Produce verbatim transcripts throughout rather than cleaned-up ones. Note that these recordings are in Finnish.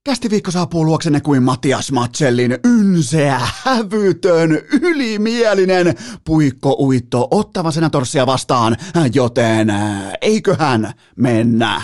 Kästiviikko saapuu luoksenne kuin Matias Matsellin ynseä, hävytön, ylimielinen puikkouitto Ottawa Senatorsia vastaan, joten eiköhän mennä.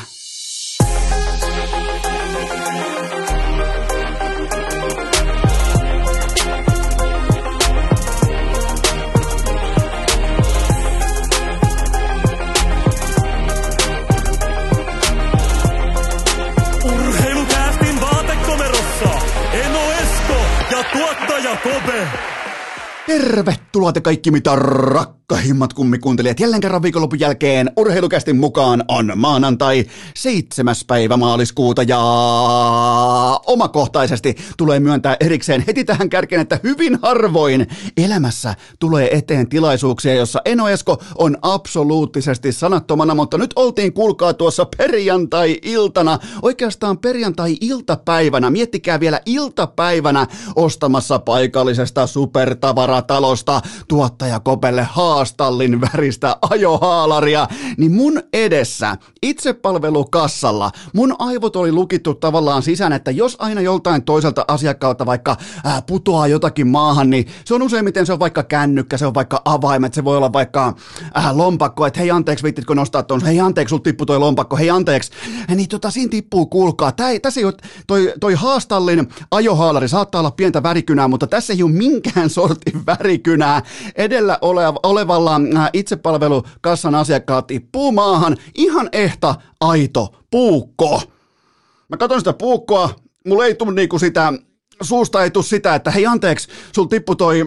Tuottaja Kope! Tervetuloa te kaikki mitä rakkahimmat kummikuuntelijat. Jälleen kerran viikonlopun jälkeen Urheilukästin mukaan on maanantai seitsemäs päivä maaliskuuta ja omakohtaisesti tulee myöntää erikseen heti tähän kärkeen, että hyvin harvoin elämässä tulee eteen tilaisuuksia, jossa Eno Esko on absoluuttisesti sanattomana, mutta nyt oltiin kuulkaa tuossa perjantai-iltana, oikeastaan perjantai-iltapäivänä, miettikää vielä iltapäivänä ostamassa paikallisesta supertavaratalosta tuottaja Kopelle haastallin väristä ajohaalaria, niin mun edessä itsepalvelukassalla mun aivot oli lukittu tavallaan sisään, että jos aina joltain toiselta asiakkaalta vaikka äh, putoaa jotakin maahan, niin se on useimmiten se on vaikka kännykkä, se on vaikka avaimet, se voi olla vaikka äh, lompakko, että hei anteeksi, vittitkö nostaa tuon, hei anteeksi, sulta tippui toi lompakko, hei anteeksi, niin tota siinä tippuu, kuulkaa, Tää, tässä ei ole, toi, toi haastallin ajohaalari saattaa olla pientä värikynää, mutta tässä ei ole minkään sortin värikynää, edellä oleva, olevalla äh, itsepalvelukassan asiakkaat tippuu maahan, ihan ehta aito puukko. Mä katson sitä puukkoa, mulla ei tule niinku sitä, suusta ei tule sitä, että hei anteeksi, sul tippu toi,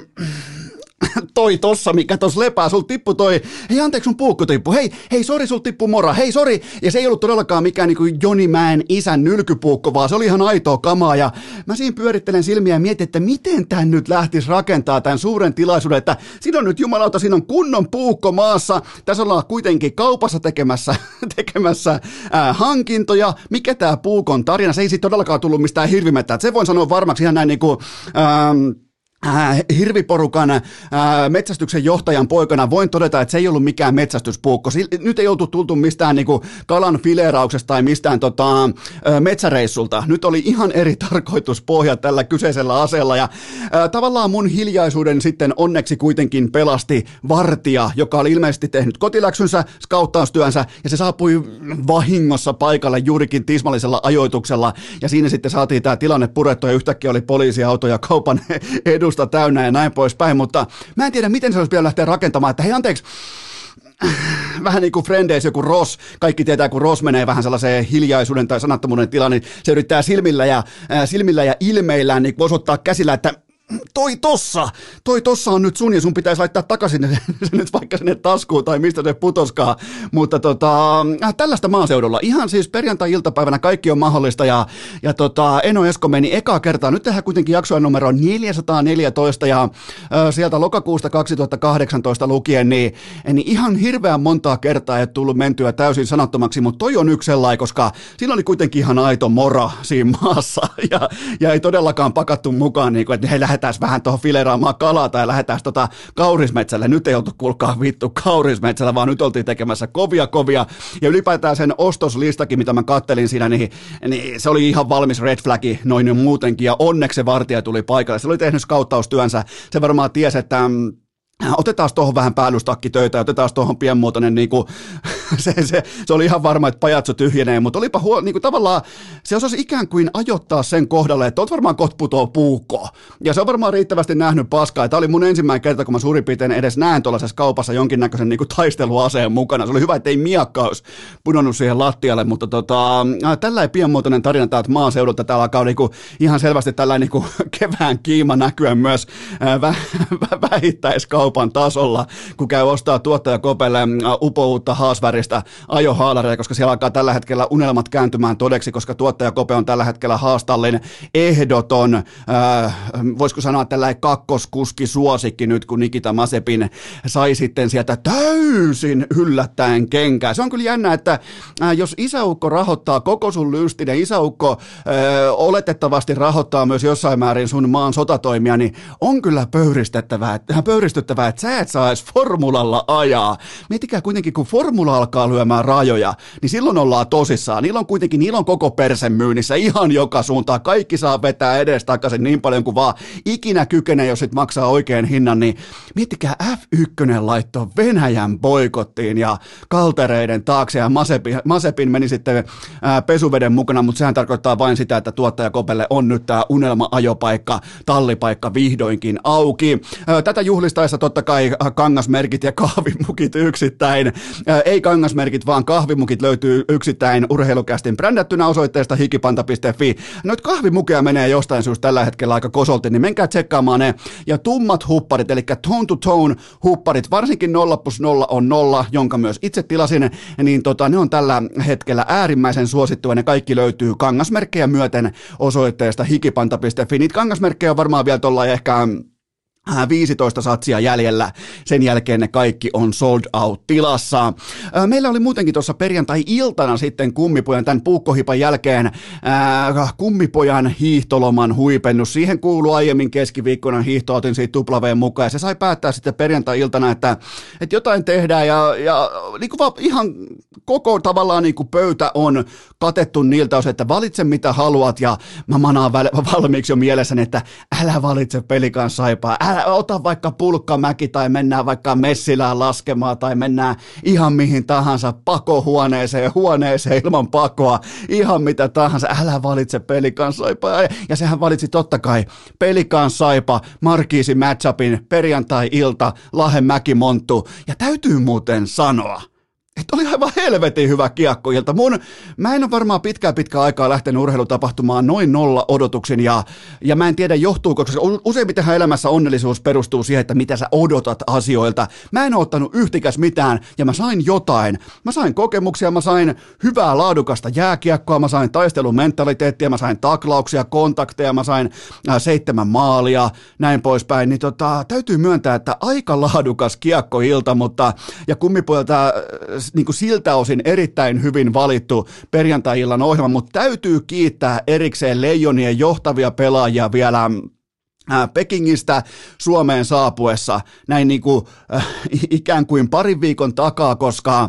toi tossa, mikä tossa lepää, sul tippu toi, hei anteeksi sun puukko tippu, hei, hei sori sul tippu mora, hei sori, ja se ei ollut todellakaan mikään niinku Joni Mäen isän nylkypuukko, vaan se oli ihan aitoa kamaa, ja mä siinä pyörittelen silmiä ja mietin, että miten tän nyt lähtisi rakentaa tämän suuren tilaisuuden, että siinä on nyt jumalauta, siinä on kunnon puukko maassa, tässä ollaan kuitenkin kaupassa tekemässä, tekemässä ää, hankintoja, mikä tää puukon tarina, se ei siitä todellakaan tullut mistään hirvimettä, että se voin sanoa varmaksi ihan näin niinku, ähm, Äh, hirviporukan äh, metsästyksen johtajan poikana voin todeta, että se ei ollut mikään metsästyspuukko. Nyt ei oltu tultu mistään niinku kalan fileerauksesta tai mistään tota, äh, metsäreissulta. Nyt oli ihan eri tarkoituspohja tällä kyseisellä aseella ja äh, tavallaan mun hiljaisuuden sitten onneksi kuitenkin pelasti vartija, joka oli ilmeisesti tehnyt kotiläksynsä, skauttaustyönsä ja se saapui vahingossa paikalle juurikin tismallisella ajoituksella ja siinä sitten saatiin tämä tilanne purettua ja yhtäkkiä oli poliisiauto ja kaupan edusta täynnä ja näin poispäin, mutta mä en tiedä, miten se olisi vielä lähteä rakentamaan, että hei anteeksi, vähän niin kuin Friendeis joku Ross, kaikki tietää, kun Ross menee vähän sellaiseen hiljaisuuden tai sanattomuuden tilaan, niin se yrittää silmillä ja, äh, silmillä ja ilmeillään niin osoittaa käsillä, että toi tossa, toi tossa on nyt sun ja sun pitäisi laittaa takaisin se nyt vaikka sinne taskuun tai mistä se putoskaa, mutta tota, äh, tällaista maaseudulla, ihan siis perjantai-iltapäivänä kaikki on mahdollista ja, ja tota, Eno Esko meni ekaa kertaa, nyt tehdään kuitenkin jaksojen numero neljäsataaneljätoista ja äh, sieltä lokakuusta kaksituhattakahdeksantoista lukien, niin, niin ihan hirveän montaa kertaa ei tullut mentyä täysin sanattomaksi, mutta toi on yksi sellainen, koska siinä oli kuitenkin ihan aito mora siinä maassa ja, ja ei todellakaan pakattu mukaan, niin kuin, että hei lähdetään vähän tuohon fileraamaan kalaa tai lähdetään tota kaurismetsälle. Nyt ei oltu kuulkaa vittu kaurismetsällä, vaan nyt oltiin tekemässä kovia kovia. Ja ylipäätään sen ostoslistakin, mitä mä kattelin siinä, niin, niin se oli ihan valmis red flagi noin jo muutenkin. Ja onneksi se vartija tuli paikalle. Se oli tehnyt skauttaustyönsä. Se varmaan tiesi, että otetaan tuohon vähän päällystakkitöitä, otetaan tuohon pienmuotoinen, niin kuin, se, se, se oli ihan varma, että pajatso tyhjenee, mutta olipa huo, niin kuin tavallaan, se osasi ikään kuin ajoittaa sen kohdalle, että olet varmaan kohta putoo puukko. Ja se on varmaan riittävästi nähnyt paskaa. Tämä oli mun ensimmäinen kerta, kun mä suurin piirtein edes näen tuollaisessa kaupassa jonkinnäköisen niin kuin taisteluaseen mukana. Se oli hyvä, että ei miakka olisi pudonnut siihen lattialle, mutta tota, tällainen pienmuotoinen tarina täältä maaseudulta, täällä alkaa niin kuin, ihan selvästi tällainen niin kuin kevään kiima näkyä myös vä, vä, vähittäiskauppaa kaupan tasolla, kun käy ostaa tuottaja Kopelle upouutta haasväristä ajohaalaria, koska siellä alkaa tällä hetkellä unelmat kääntymään todeksi, koska tuottaja Kope on tällä hetkellä haastallinen ehdoton, äh, voisiko sanoa tällainen kakkoskuski suosikki nyt, kun Nikita Mazepin sai sitten sieltä täysin yllättäen kenkää. Se on kyllä jännä, että äh, jos isäukko rahoittaa koko sun lystin ja isäukko äh, oletettavasti rahoittaa myös jossain määrin sun maan sotatoimia, niin on kyllä pöyristettävää, pöyristyttävää, että sä et saa edes formulalla ajaa. Miettikää kuitenkin, kun formula alkaa lyömään rajoja, niin silloin ollaan tosissaan. Niillä on kuitenkin, niillä on koko persen myynnissä ihan joka suuntaan. Kaikki saa vetää edestakaisin niin paljon kuin vaan ikinä kykenee, jos sit maksaa oikein hinnan, niin miettikää F yksi laittoi Venäjän boikottiin ja kaltereiden taakse ja Mazepin, Mazepin meni sitten ää, pesuveden mukana, mutta sehän tarkoittaa vain sitä, että tuottaja Kopelle on nyt tämä unelma-ajopaikka, tallipaikka vihdoinkin auki. Ää, tätä juhlistaessa totta kai kangasmerkit ja kahvimukit yksittäin. Ää, ei kangasmerkit, vaan kahvimukit löytyy yksittäin Urheilukästin brändättynä osoitteesta hikipanta piste fi. Noit kahvimukeja menee jostain syystä tällä hetkellä aika kosolti, niin menkää tsekkaamaan ne. Ja tummat hupparit, eli tone to tone hupparit, varsinkin nolla plus nolla on nolla, jonka myös itse tilasin, niin tota, ne on tällä hetkellä äärimmäisen suosittuja. Ne kaikki löytyy kangasmerkkejä myöten osoitteesta hikipanta piste fi. Niitä kangasmerkkejä on varmaan vielä tuolla ehkä viisitoista satsia jäljellä. Sen jälkeen ne kaikki on sold out tilassa. Meillä oli muutenkin tuossa perjantai-iltana sitten kummipojan tämän puukkohipan jälkeen ää, kummipojan hiihtoloman huipennus. Siihen kuului aiemmin keskiviikkona hiihto, otin siitä tuplaveen mukaan ja se sai päättää sitten perjantai-iltana, että, että jotain tehdään ja, ja niin kuin vaan ihan koko tavallaan niin kuin pöytä on katettu niiltä osin, että valitse mitä haluat ja mä manaan valmiiksi jo mielessäni, että älä valitse Pelikan Saipaa, älä ota vaikka Pulkkamäki tai mennään vaikka Messilään laskemaan tai mennään ihan mihin tahansa pakohuoneeseen, huoneeseen ilman pakoa, ihan mitä tahansa, älä valitse Pelikan Saipaa. Ja sehän valitsi totta kai Pelikan Saipa, Markiisi matchupin perjantai-ilta, Lahen Mäki-Monttu. Ja täytyy muuten sanoa, että oli aivan helvetin hyvä kiekkoilta. Mun, mä en ole varmaan pitkään pitkään aikaa lähtenyt urheilutapahtumaan noin nolla odotuksin ja, ja mä en tiedä johtuuko, koska useimmitenhan elämässä onnellisuus perustuu siihen, että mitä sä odotat asioilta. Mä en ole ottanut yhtikäs mitään ja mä sain jotain. Mä sain kokemuksia, mä sain hyvää laadukasta jääkiekkoa, mä sain taistelumentaliteettia, mä sain taklauksia, kontakteja, mä sain äh, seitsemän maalia, näin poispäin. Niin tota, täytyy myöntää, että aika laadukas kiekkoilta, mutta ja kummipojalta niin kuin siltä osin erittäin hyvin valittu perjantai-illan ohjelma, mutta täytyy kiittää erikseen Leijonien johtavia pelaajia vielä Pekingistä Suomeen saapuessa näin niin kuin, äh, ikään kuin parin viikon takaa, koska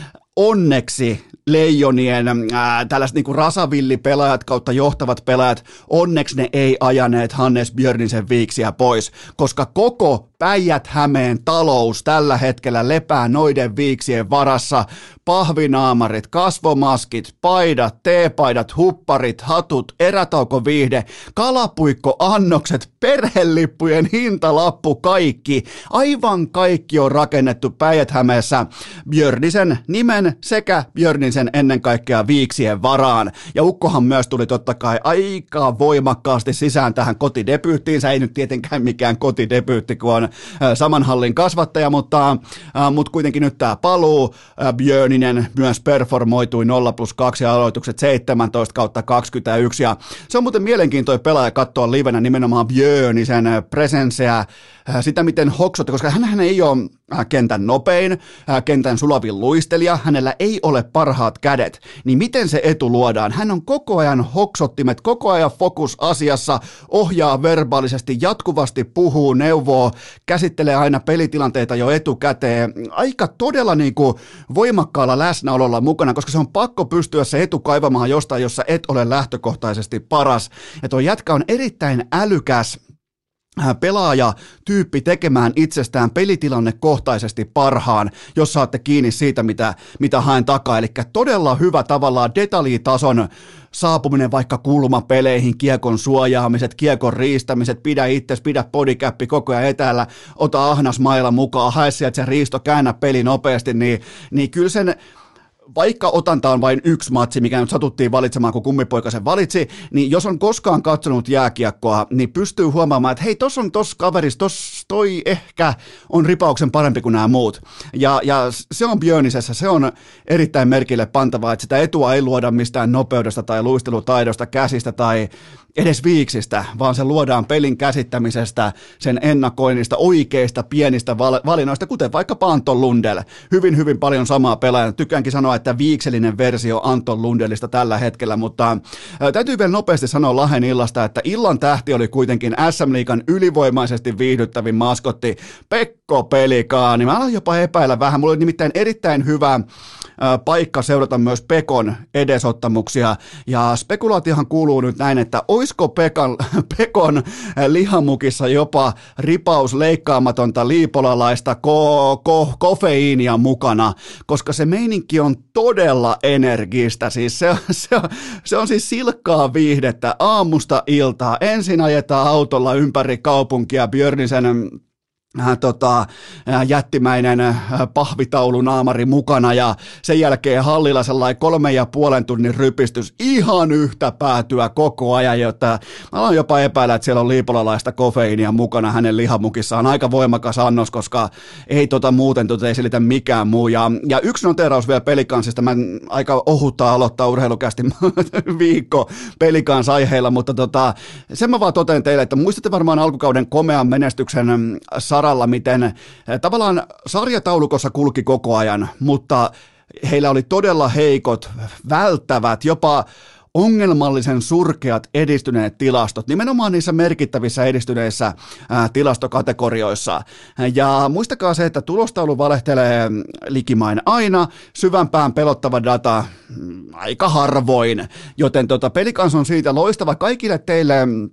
onneksi Leijonien äh, tällaiset niinku rasavillipelaajat kautta johtavat pelaajat, onneksi ne ei ajaneet Hannes Björnisen viiksiä pois, koska koko Päijät-Hämeen talous tällä hetkellä lepää noiden viiksien varassa. Pahvinaamarit, kasvomaskit, paidat, teepaidat, hupparit, hatut, erätaukoviihde, kalapuikkoannokset, perhelippujen hintalappu, kaikki. Aivan kaikki on rakennettu Päijät-Hämeessä Björnisen nimen sekä Björnisen ennen kaikkea viiksien varaan. Ja Ukkohan myös tuli totta kai aika voimakkaasti sisään tähän kotidebyyttiin. Se ei nyt tietenkään mikään kotidebyytti, kun on saman hallin kasvattaja, mutta, äh, mutta kuitenkin nyt tämä paluu. Äh, Björninen myös performoitui nolla plus kaksi aloitukset seitsemäntoista kautta kaksikymmentäyksi. Ja se on muuten mielenkiintoinen pelaaja katsoa livenä nimenomaan Björnisen presenseä, äh, sitä miten hoksotti, koska hänhän ei ole äh, kentän nopein, äh, kentän sulavin luistelija, hänellä ei ole parhaat kädet, niin miten se etu luodaan? Hän on koko ajan hoksottimet, koko ajan fokus asiassa, ohjaa verbaalisesti, jatkuvasti puhuu, neuvoo, käsittelee aina pelitilanteita jo etukäteen, aika todella niin kuin voimakkaalla läsnäololla mukana, koska se on pakko pystyä se etu kaivamaan jostain, jossa et ole lähtökohtaisesti paras. Ja tuo jätkä on erittäin älykäs pelaaja-tyyppi tekemään itsestään pelitilannekohtaisesti parhaan, jos saatte kiinni siitä, mitä, mitä haen takaa. Eli todella hyvä tavallaan detaljitason saapuminen vaikka kulmapeleihin, kiekon suojaamiset, kiekon riistämiset, pidä itses, pidä bodycappi koko ajan etäällä, ota ahnasmailla mukaan, hae sieltä se riisto, käännä peli nopeasti, niin, niin kyllä sen vaikka otanta on vain yksi matsi, mikä nyt satuttiin valitsemaan, kun kummipoika sen valitsi, niin jos on koskaan katsonut jääkiekkoa, niin pystyy huomaamaan, että hei, tossa on tossa kaveris, tossa toi ehkä on ripauksen parempi kuin nämä muut. Ja, ja se on Björnisessä, se on erittäin merkille pantavaa, että sitä etua ei luoda mistään nopeudesta tai luistelutaidosta, käsistä tai edes viiksistä, vaan se luodaan pelin käsittämisestä, sen ennakoinnista, oikeista pienistä valinnoista, kuten vaikka Anton Lundell. Hyvin, hyvin paljon samaa pelaajaa. Tykkäänkin sanoa, että viiksellinen versio Anton Lundellista tällä hetkellä, mutta ää, täytyy vielä nopeasti sanoa Lahen illasta, että illan tähti oli kuitenkin S M-liigan ylivoimaisesti viihdyttävin maskotti Pekko Pelikaani. Mä aloin jopa epäillä vähän, mulla oli nimittäin erittäin hyvä paikka seurata myös Pekon edesottamuksia, ja spekulaatiohan kuuluu nyt näin, että oisko Pekan, Pekon lihamukissa jopa ripaus leikkaamatonta liipolalaista ko, ko, kofeiinia mukana, koska se meininki on todella energistä, siis se, se, se on siis silkkaa viihdettä aamusta iltaa, ensin ajetaan autolla ympäri kaupunkia Björnisen Äh, tota, äh, jättimäinen äh, pahvitaulunaamari mukana ja sen jälkeen hallilla sellainen kolmen ja puolen tunnin rypistys ihan yhtä päätyä koko ajan, jotta mä aloin jopa epäillä, että siellä on liipolalaista kofeiinia mukana hänen lihamukissaan. Aika voimakas annos, koska ei tota muuten tota ei selitä mikään muu. Ja, ja yksi noteraus vielä Pelikansista, mä aika ohuttaa aloittaa urheilukästi viikko Pelikans aiheilla, mutta tota, sen mä vaan totean teille, että muistatte varmaan alkukauden komean menestyksen saralla, miten tavallaan sarjataulukossa kulki koko ajan, mutta heillä oli todella heikot, välttävät, jopa ongelmallisen surkeat edistyneet tilastot, nimenomaan niissä merkittävissä edistyneissä ää, tilastokategorioissa. Ja muistakaa se, että tulostaulu valehtelee likimain aina, syvämpään pelottava data mm, aika harvoin, joten tota, Pelikans on siitä loistava kaikille teille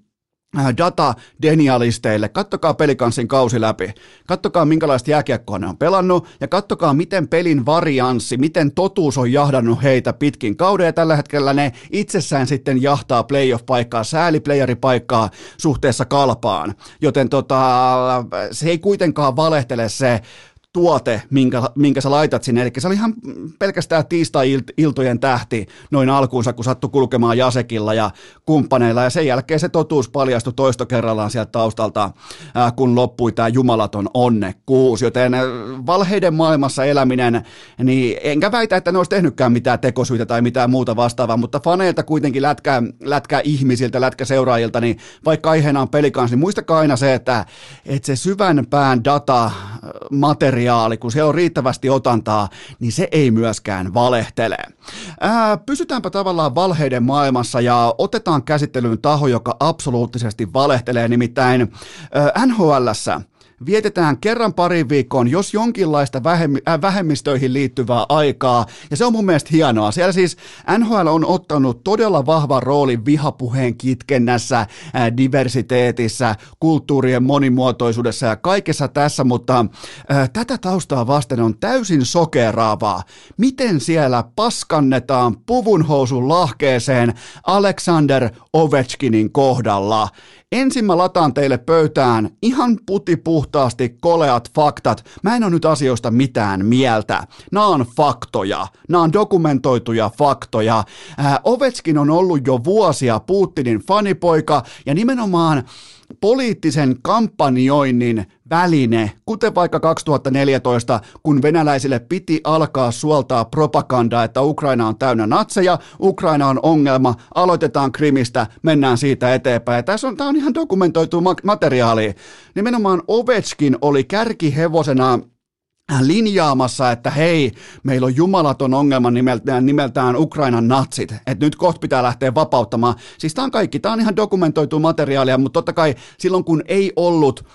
data-denialisteille. Kattokaa Pelikansin kausi läpi. Kattokaa, minkälaista jääkiekkoa ne on pelannut, ja kattokaa, miten pelin varianssi, miten totuus on jahdannut heitä pitkin kauden, ja tällä hetkellä ne itsessään sitten jahtaa playoff-paikkaa, sääliplayeripaikkaa suhteessa Kalpaan. Joten tota, se ei kuitenkaan valehtele se tuote, minkä, minkä sä laitat sinne, eli se oli ihan pelkästään tiistai-iltojen tähti noin alkuunsa, kun sattui kulkemaan Jasekilla ja kumppaneilla, ja sen jälkeen se totuus paljastui toisto kerrallaan sieltä taustalta, kun loppui tämä jumalaton onnekkuus, joten valheiden maailmassa eläminen, niin enkä väitä, että ne olisi tehnytkään mitään tekosyitä tai mitään muuta vastaavaa, mutta faneilta kuitenkin lätkää, lätkää ihmisiltä, lätkä seuraajilta, niin vaikka aiheena on Pelikans, niin muistakaa aina se, että, että se syvän pään data, materiaali, kun se on riittävästi otantaa, niin se ei myöskään valehtele. Ää, pysytäänpä tavallaan valheiden maailmassa ja otetaan käsittelyyn taho, joka absoluuttisesti valehtelee, nimittäin ää, N H L:ssä vietetään kerran parin viikkoon, jos jonkinlaista vähemmistöihin liittyvää aikaa, ja se on mun mielestä hienoa. Siellä siis N H L on ottanut todella vahvan roolin vihapuheen kitkennässä, diversiteetissä, kulttuurien monimuotoisuudessa ja kaikessa tässä, mutta äh, tätä taustaa vasten on täysin sokeraavaa. Miten siellä paskannetaan puvunhousun lahkeeseen Alexander Ovechkinin kohdalla? Ensin mä lataan teille pöytään ihan putipuhtaasti koleat faktat. Mä en ole nyt asioista mitään mieltä. Nämä on faktoja. Nämä on dokumentoituja faktoja. Ää, Ovechkin on ollut jo vuosia Putinin fanipoika ja nimenomaan poliittisen kampanjoinnin väline, kuten vaikka kaksituhattaneljätoista, kun venäläisille piti alkaa suoltaa propagandaa, että Ukraina on täynnä natseja, Ukraina on ongelma, aloitetaan Krimistä, mennään siitä eteenpäin. Ja tässä on, tämä on ihan dokumentoitu materiaali. Nimenomaan Ovechkin oli kärkihevosena linjaamassa, että hei, meillä on jumalaton ongelma nimeltään, nimeltään Ukrainan natsit, että nyt kohta pitää lähteä vapauttamaan. Siis tämä on kaikki, tämä on ihan dokumentoitu materiaalia, mutta totta kai silloin kun ei ollut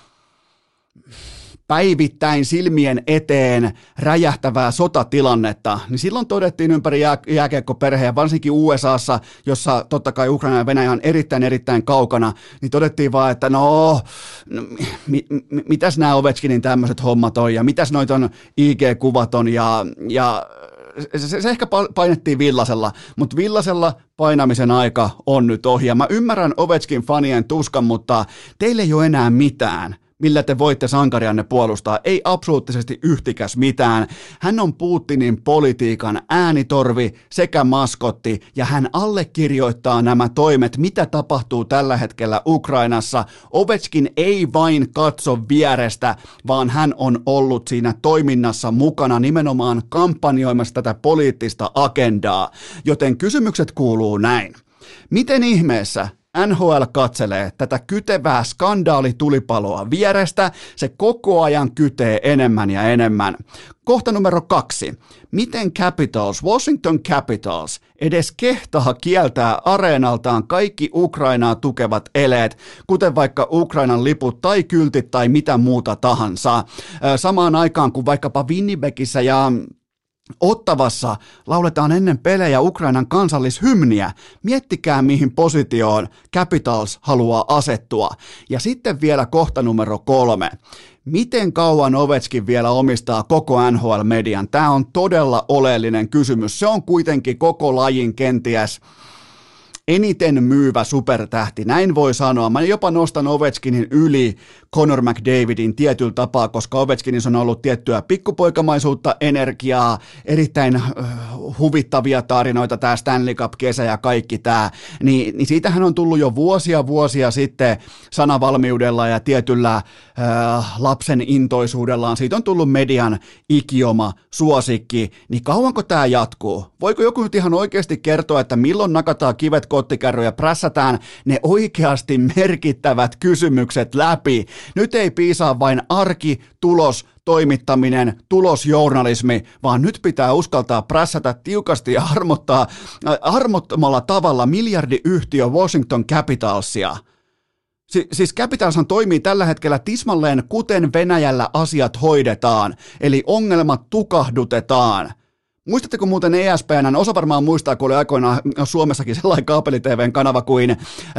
päivittäin silmien eteen räjähtävää sotatilannetta, niin silloin todettiin ympäri jää, jääkiekkoperheen, varsinkin U S A:ssa, jossa totta kai Ukraina ja Venäjä on erittäin erittäin kaukana, niin todettiin vaan, että no, no mi, mi, mitäs nämä Ovechkinin tämmöiset hommat on, ja mitäs noita on I G-kuvat on, ja, ja se, se ehkä painettiin Villasella, mutta Villasella painamisen aika on nyt ohi, ja mä ymmärrän Ovechkin fanien tuskan, mutta teille ei ole enää mitään, millä te voitte sankarianne puolustaa, ei absoluuttisesti yhtikäs mitään. Hän on Putinin politiikan äänitorvi sekä maskotti, ja hän allekirjoittaa nämä toimet, mitä tapahtuu tällä hetkellä Ukrainassa. Ovechkin ei vain katso vierestä, vaan hän on ollut siinä toiminnassa mukana nimenomaan kampanjoimassa tätä poliittista agendaa. Joten kysymykset kuuluu näin. Miten ihmeessä N H L katselee tätä kytevää skandaalitulipaloa vierestä, se koko ajan kytee enemmän ja enemmän. Kohta numero kaksi. Miten Capitals, Washington Capitals, edes kehtaa kieltää areenaltaan kaikki Ukrainaa tukevat eleet, kuten vaikka Ukrainan liput tai kyltit tai mitä muuta tahansa. Samaan aikaan kuin vaikkapa Winnipegissä ja Ottavassa lauletaan ennen pelejä Ukrainan kansallishymniä. Miettikää, mihin positioon Capitals haluaa asettua. Ja sitten vielä kohta numero kolme. Miten kauan Ovechkin vielä omistaa koko N H L-median? Tämä on todella oleellinen kysymys. Se on kuitenkin koko lajin kenties eniten myyvä supertähti, näin voi sanoa. Mä jopa nostan Ovechkinin yli Connor McDavidin tietyllä tapaa, koska Ovechkinissa on ollut tiettyä pikkupoikamaisuutta, energiaa, erittäin äh, huvittavia tarinoita, tämä Stanley Cup-kesä ja kaikki tämä. Ni, niin siitähän on tullut jo vuosia vuosia sitten sanavalmiudella ja tietyllä äh, lapsen intoisuudellaan. Siitä on tullut median ikioma suosikki. Niin kauanko tämä jatkuu? Voiko joku nyt ihan oikeasti kertoa, että milloin nakataan kivet kottikärryä ja prässätään ne oikeasti merkittävät kysymykset läpi? Nyt ei piisaa vain arki, tulos, toimittaminen, tulosjournalismi, vaan nyt pitää uskaltaa prässätä tiukasti ja armottaa, äh, armottomalla tavalla miljardiyhtiö Washington Capitalsia. Si- siis Capitalshan toimii tällä hetkellä tismalleen kuten Venäjällä asiat hoidetaan, eli ongelmat tukahdutetaan. Muistatteko muuten E S P N, osa varmaan muistaa, kun oli aikoinaan Suomessakin sellainen kaapeli-T V:n kanava kuin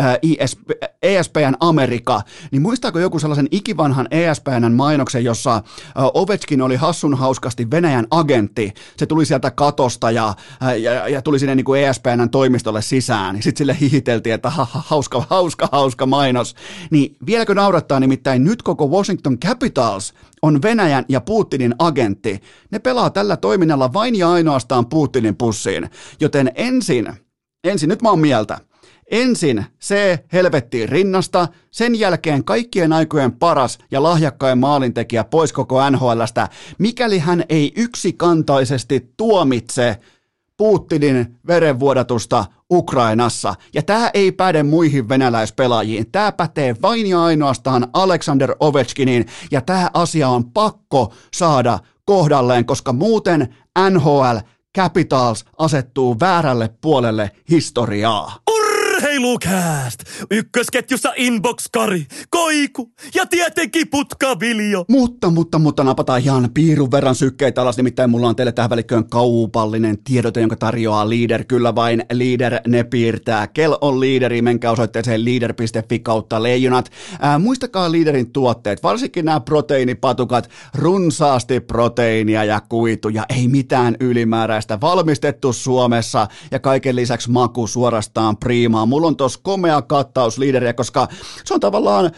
E S P N Amerika, niin muistaako joku sellaisen ikivanhan E S P N:n mainoksen, jossa Ovechkin oli hassun hauskasti Venäjän agentti, se tuli sieltä katosta ja, ja, ja tuli sinne niin kuin E S P N:n toimistolle sisään, sitten sille hihiteltiin, että ha, ha, hauska, hauska, hauska mainos, niin vieläkö naurattaa, nimittäin nyt koko Washington Capitals on Venäjän ja Putinin agentti. Ne pelaa tällä toiminnalla vain ja ainoastaan Putinin pussiin. Joten ensin, ensin nyt mä oon mieltä, ensin se helvettiin rinnasta, sen jälkeen kaikkien aikojen paras ja lahjakkain maalintekijä pois koko N H L:stä, mikäli hän ei yksikantaisesti tuomitse Putinin verenvuodatusta Ukrainassa. Ja tämä ei päde muihin venäläispelaajiin. Tämä pätee vain ja ainoastaan Alexander Ovechkiniin. Ja tämä asia on pakko saada kohdalleen, koska muuten N H L Capitals asettuu väärälle puolelle historiaa. Urheilukääst! Ykkösketjussa Inbox-Kari, Koiku ja tietenkin Putkaviljo. Mutta, mutta, mutta napataan ihan piirun verran sykkeitä alas, nimittäin mulla on teille tähän välikköön kaupallinen tiedote, jonka tarjoaa Leader. Kyllä vain Leader ne piirtää. Kel on Leaderi, menkää osoitteeseen leader piste fi kautta leijonat. Ää, muistakaa Leaderin tuotteet, varsinkin nämä proteiinipatukat, runsaasti proteiinia ja kuituja, ei mitään ylimääräistä, valmistettu Suomessa ja kaiken lisäksi maku suorastaan priimaa. Mulla on tossa komea kattaus Leaderiä, koska se on tavallaan,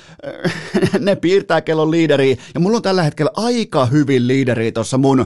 ne piirtää kellon Leaderiä, ja mulla on tällä hetkellä aika hyvin Leaderiä tuossa mun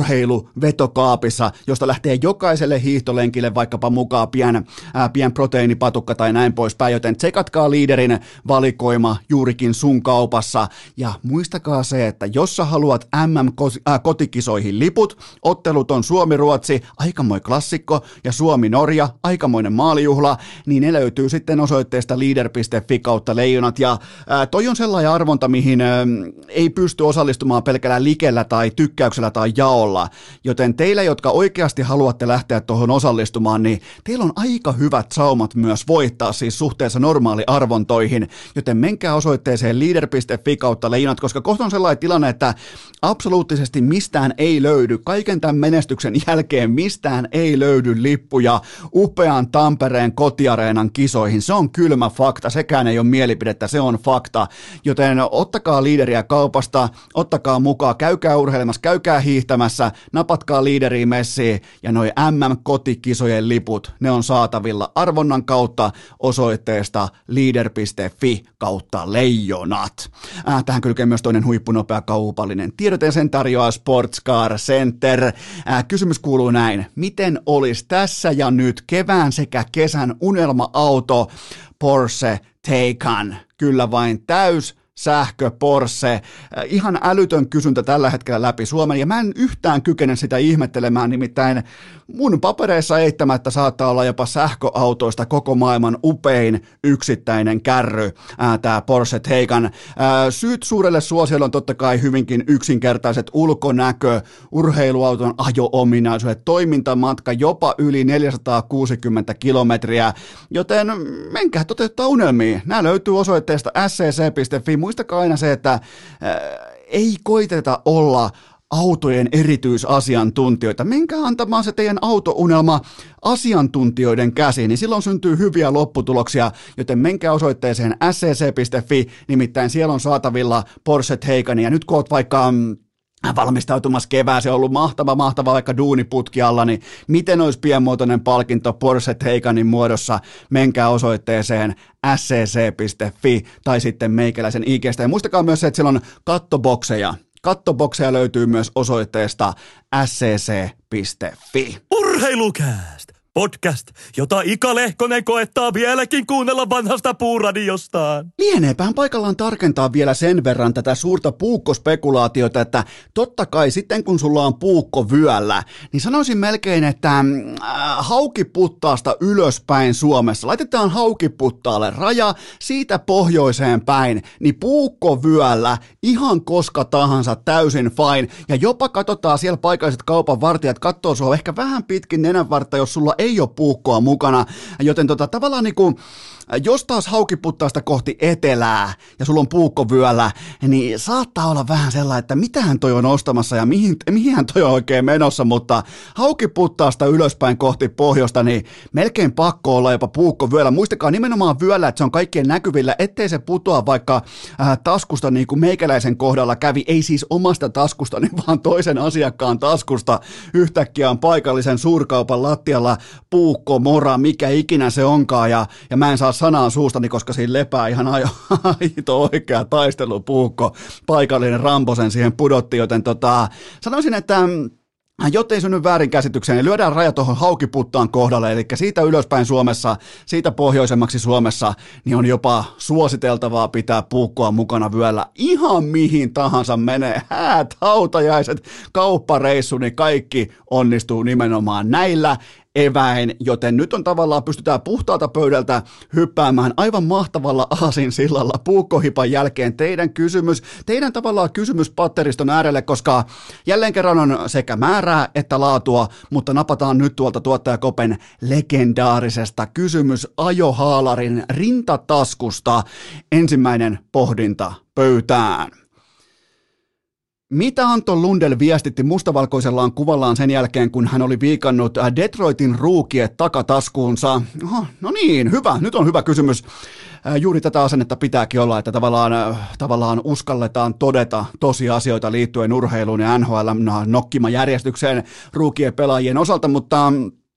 urheiluvetokaapissa, josta lähtee jokaiselle hiihtolenkille vaikkapa mukaan pien, ää, pien proteiinipatukka tai näin poispäin, joten tsekatkaa Leaderin valikoima juurikin sun kaupassa, ja muistakaa se, että jos sä haluat M M-kotikisoihin liput, ottelut on Suomi-Ruotsi, aikamoinen klassikko, ja Suomi-Norja, aikamoinen maalijuhla, niin ne löytyy sitten osoitteesta leader piste fi kautta leijonat, ja ää, toi on sellainen arvonta, mihin ää, ei pysty osallistumaan pelkällä likellä tai tykkäyksellä tai jaolla, joten teillä, jotka oikeasti haluatte lähteä tuohon osallistumaan, niin teillä on aika hyvät saumat myös voittaa siis suhteessa normaaliarvontoihin, joten menkää osoitteeseen leader piste fi kautta leijonat, koska kohta on sellainen tilanne, että absoluuttisesti mistään ei löydy, kaiken tämän menestyksen jälkeen mistään ei löydy lippuja upean Tampereen kotiareenan kisoihin. Se on kylmä fakta, sekään ei ole mielipidettä, se on fakta. Joten ottakaa Leaderiä kaupasta, ottakaa mukaan, käykää urheilemassa, käykää hiihtämässä, napatkaa Leaderia messiin ja noi M M-kotikisojen liput, ne on saatavilla arvonnan kautta osoitteesta leader piste fi kautta leijonat. Äh, tähän kylkee myös toinen huippunopea kaupallinen tiedote, sen tarjoaa Sportscar Center. Äh, kysymys kuuluu näin, miten olisi tässä ja nyt kevään sekä kesän unelma-auto Porsche Taycan, kyllä vain täys sähkö Porsche, ihan älytön kysyntä tällä hetkellä läpi Suomen, ja mä en yhtään kykene sitä ihmettelemään, nimittäin mun papereissa eittämättä saattaa olla jopa sähköautoista koko maailman upein yksittäinen kärry, tämä Porsche Taycan. Ää, syyt suurelle suosiolle on totta kai hyvinkin yksinkertaiset: ulkonäkö, urheiluauton ajo-ominaisuudet, toimintamatka jopa yli neljäsataakuusikymmentä kilometriä, joten menkää toteuttaa unelmia. Nämä löytyy osoitteesta s c c piste fi. Muistakaa aina se, että ää, ei koiteta olla autojen erityisasiantuntijoita. Menkää antamaan se teidän autounelma asiantuntijoiden käsiin, niin silloin syntyy hyviä lopputuloksia, joten menkää osoitteeseen s c c piste f i, nimittäin siellä on saatavilla Porsche Taycan, ja nyt kun oot vaikka valmistautumassa kevääseen, on ollut mahtava, mahtava vaikka duuniputki alla, niin miten olisi pienmuotoinen palkinto Porsche Taycanin muodossa, menkää osoitteeseen s c c piste f i tai sitten meikäläisen I G:stä. Ja muistakaa myös se, että siellä on kattobokseja. Kattobokseja löytyy myös osoitteesta s c c piste f i. Urheilukääst! Podcast, jota Ika Lehkonen koettaa vieläkin kuunnella vanhasta puuradiostaan. Lieneepähän paikallaan tarkentaa vielä sen verran tätä suurta puukkospekulaatiota, että totta kai sitten kun sulla on puukko vyöllä, niin sanoisin melkein, että äh, haukiputtaasta ylöspäin Suomessa, laitetaan haukiputtaalle raja siitä pohjoiseen päin, niin puukko vyöllä ihan koska tahansa täysin fine, ja jopa katsotaan siellä paikalliset kaupan vartijat, katsoo sua ehkä vähän pitkin nenänvartta, jos sulla ei ei ole puukkoa mukana, joten tota, tavallaan niin kuin, jos taas haukiputtaasta kohti etelää ja sulla on puukko vyöllä, niin saattaa olla vähän sellainen, että mitähän toi on ostamassa ja mihin, mihin toi on oikein menossa, mutta haukiputtaasta ylöspäin kohti pohjoista, niin melkein pakko olla jopa puukko vyöllä. Muistakaa nimenomaan vyöllä, että se on kaikkien näkyvillä, ettei se putoa vaikka äh, taskusta niin kuin meikäläisen kohdalla kävi, ei siis omasta taskusta, niin vaan toisen asiakkaan taskusta. Yhtäkkiä on paikallisen suurkaupan lattialla puukko, mora, mikä ikinä se onkaan, ja, ja mä en saa sanaa suustani, koska siinä lepää ihan aito oikea taistelupuukko, paikallinen Rambosen siihen pudotti, joten tota, sanoisin, että jottei synny väärinkäsitykseen, niin lyödään raja tuohon haukiputtaan kohdalle, eli siitä ylöspäin Suomessa, siitä pohjoisemmaksi Suomessa, niin on jopa suositeltavaa pitää puukkoa mukana vyöllä ihan mihin tahansa menee. Häät, hautajaiset, kauppareissu, niin kaikki onnistuu nimenomaan näillä eväin, joten nyt on tavallaan pystytään puhtaalta pöydältä hyppäämään aivan mahtavalla aasinsillalla puukkohipan jälkeen teidän kysymys, teidän tavallaan kysymyspatteriston äärelle, koska jälleen kerran on sekä määrää että laatua, mutta napataan nyt tuolta tuottajakopen legendaarisesta kysymysajohaalarin rintataskusta ensimmäinen pohdinta pöytään. Mitä Anton Lundell viestitti mustavalkoisellaan kuvallaan sen jälkeen, kun hän oli viikannut Detroitin ruukiet takataskuunsa? Oho, no niin, hyvä. Nyt on hyvä kysymys. Juuri tätä asennetta pitääkin olla, että tavallaan, tavallaan uskalletaan todeta tosiasioita liittyen urheiluun ja N H L-nokkimajärjestykseen ruukien pelaajien osalta, mutta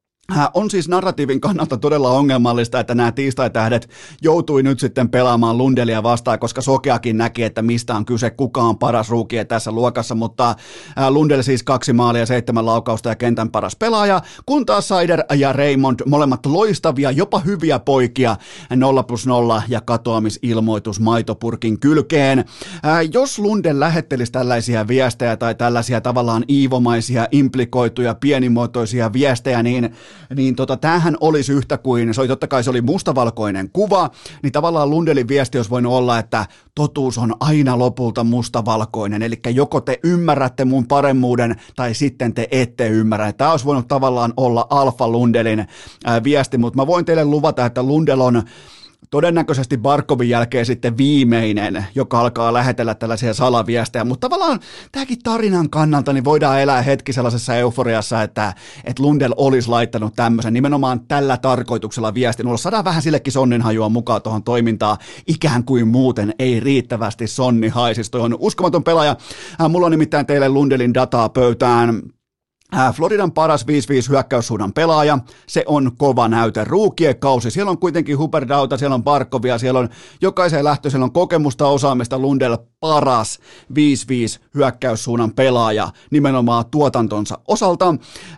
on siis narratiivin kannalta todella ongelmallista, että nämä tiistaitähdet joutui nyt sitten pelaamaan Lundellia vastaan, koska Sokeakin näki, että mistä on kyse, kuka on paras ruukie tässä luokassa, mutta Lundell siis kaksi maalia, seitsemän laukausta ja kentän paras pelaaja, kun taas Seider ja Raymond molemmat loistavia, jopa hyviä poikia, nolla plus nolla ja katoamisilmoitus maitopurkin kylkeen. Jos Lundell lähettelisi tällaisia viestejä tai tällaisia tavallaan iivomaisia, implikoituja, pienimuotoisia viestejä, niin niin tota, tämähän olisi yhtä kuin, se oli totta kai se oli mustavalkoinen kuva, niin tavallaan Lundellin viesti olisi voinut olla, että totuus on aina lopulta mustavalkoinen, eli joko te ymmärrätte mun paremmuuden tai sitten te ette ymmärrä. Tämä olisi voinut tavallaan olla Alfa Lundellin ää, viesti, mutta mä voin teille luvata, että Lundell on todennäköisesti Barkovin jälkeen sitten viimeinen, joka alkaa lähetellä tällaisia salaviestejä, mutta tavallaan tämäkin tarinan kannalta niin voidaan elää hetki sellaisessa euforiassa, että, että Lundell olisi laittanut tämmöisen nimenomaan tällä tarkoituksella viestin. Ulos saadaan vähän sillekin sonninhajua mukaan tuohon toimintaan, ikään kuin muuten ei riittävästi sonni haisisi. Toi on uskomaton pelaaja. Mulla on nimittäin teille Lundellin dataa pöytään. Floridan paras viisi viisi hyökkäyssuunnan pelaaja, se on kova näyte, ruukiekausi, siellä on kuitenkin Huberdauta, siellä on Barkovia, siellä on jokaiseen lähtöön, siellä on kokemusta, osaamista, Lundell paras viisi viisi hyökkäyssuunnan pelaaja nimenomaan tuotantonsa osalta.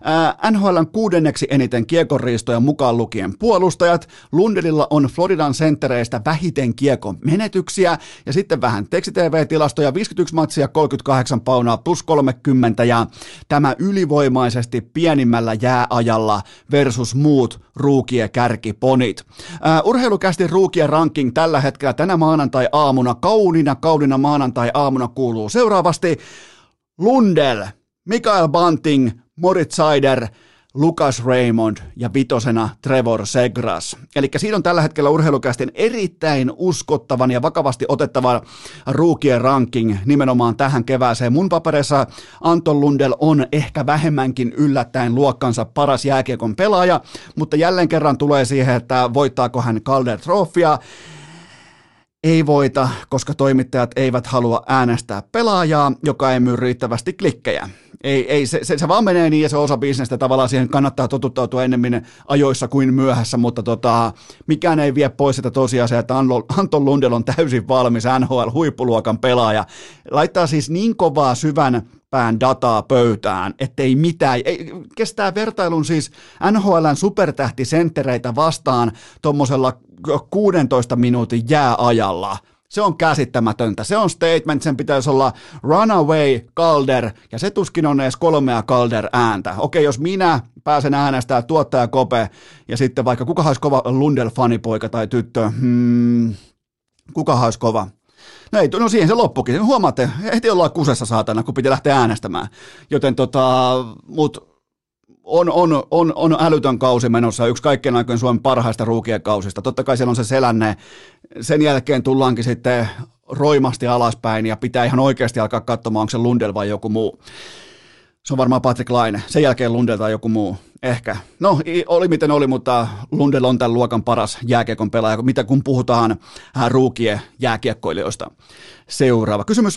N H L:n kuudenneksi eniten kiekonriistoja mukaan lukien puolustajat, Lundellilla on Floridan senttereistä vähiten kiekon menetyksiä ja sitten vähän teksti-tv-tilastoja, viisikymmentäyksi matsia, kolmekymmentäkahdeksan paunaa plus kolmekymmentä ja tämä ylivoima voimaisesti pienimmällä jääajalla versus muut ruukie kärkiponit. Uh, urheilukästin ruukien ranking tällä hetkellä tänä maanantai-aamuna, kauniina, kauniina maanantai-aamuna kuuluu seuraavasti Lundell, Mikael Bunting, Moritz Seider, Lucas Raymond ja vitosena Trevor Segras. Eli siinä on tällä hetkellä urheilukästin erittäin uskottavan ja vakavasti otettavan ruukien ranking nimenomaan tähän kevääseen. Mun paperissa Anton Lundell on ehkä vähemmänkin yllättäen luokkansa paras jääkiekon pelaaja, mutta jälleen kerran tulee siihen, että voittaako hän Calder Trophya. Ei voita, koska toimittajat eivät halua äänestää pelaajaa, joka ei myy riittävästi klikkejä. Ei, ei, se, se, se vaan menee niin ja se on osa bisnestä, tavallaan siihen kannattaa totuttautua ennemmin ajoissa kuin myöhässä, mutta tota, mikään ei vie pois sitä tosiasiaa, että Anton Lundell on täysin valmis N H L-huippuluokan pelaaja. Laittaa siis niin kovaa syvän pään dataa pöytään, ettei mitään, ei, kestää vertailun siis N H L:n supertähtisenttereitä vastaan tuommoisella kuudentoista minuutin jääajalla. Se on käsittämätöntä, se on statement, sen pitäisi olla runaway Calder, ja se tuskin on edes kolmea Calder ääntä. Okei, jos minä pääsen äänestämään tuottaja Kope, ja sitten vaikka kuka olisi kova Lundell-fanipoika tai tyttö, hmm, kuka olisi kova? No ei, no siihen se loppukin. Huomaatte, heti ollaan kusessa saatana, kun piti lähteä äänestämään. Joten tota, mut on, on, on, on älytön kausi menossa, yksi kaikkien aikojen Suomen parhaista ruukien kausista. Totta kai siellä on se selänne. Sen jälkeen tullaankin sitten roimasti alaspäin ja pitää ihan oikeasti alkaa katsomaan, onko se Lundell vai joku muu. Se on varmaan Patrick Laine. Sen jälkeen Lundell tai joku muu. Ehkä. No, oli miten oli, mutta Lundell on tämän luokan paras jääkiekon pelaaja, mitä kun puhutaan ruukien jääkiekkoilijoista. Seuraava kysymys.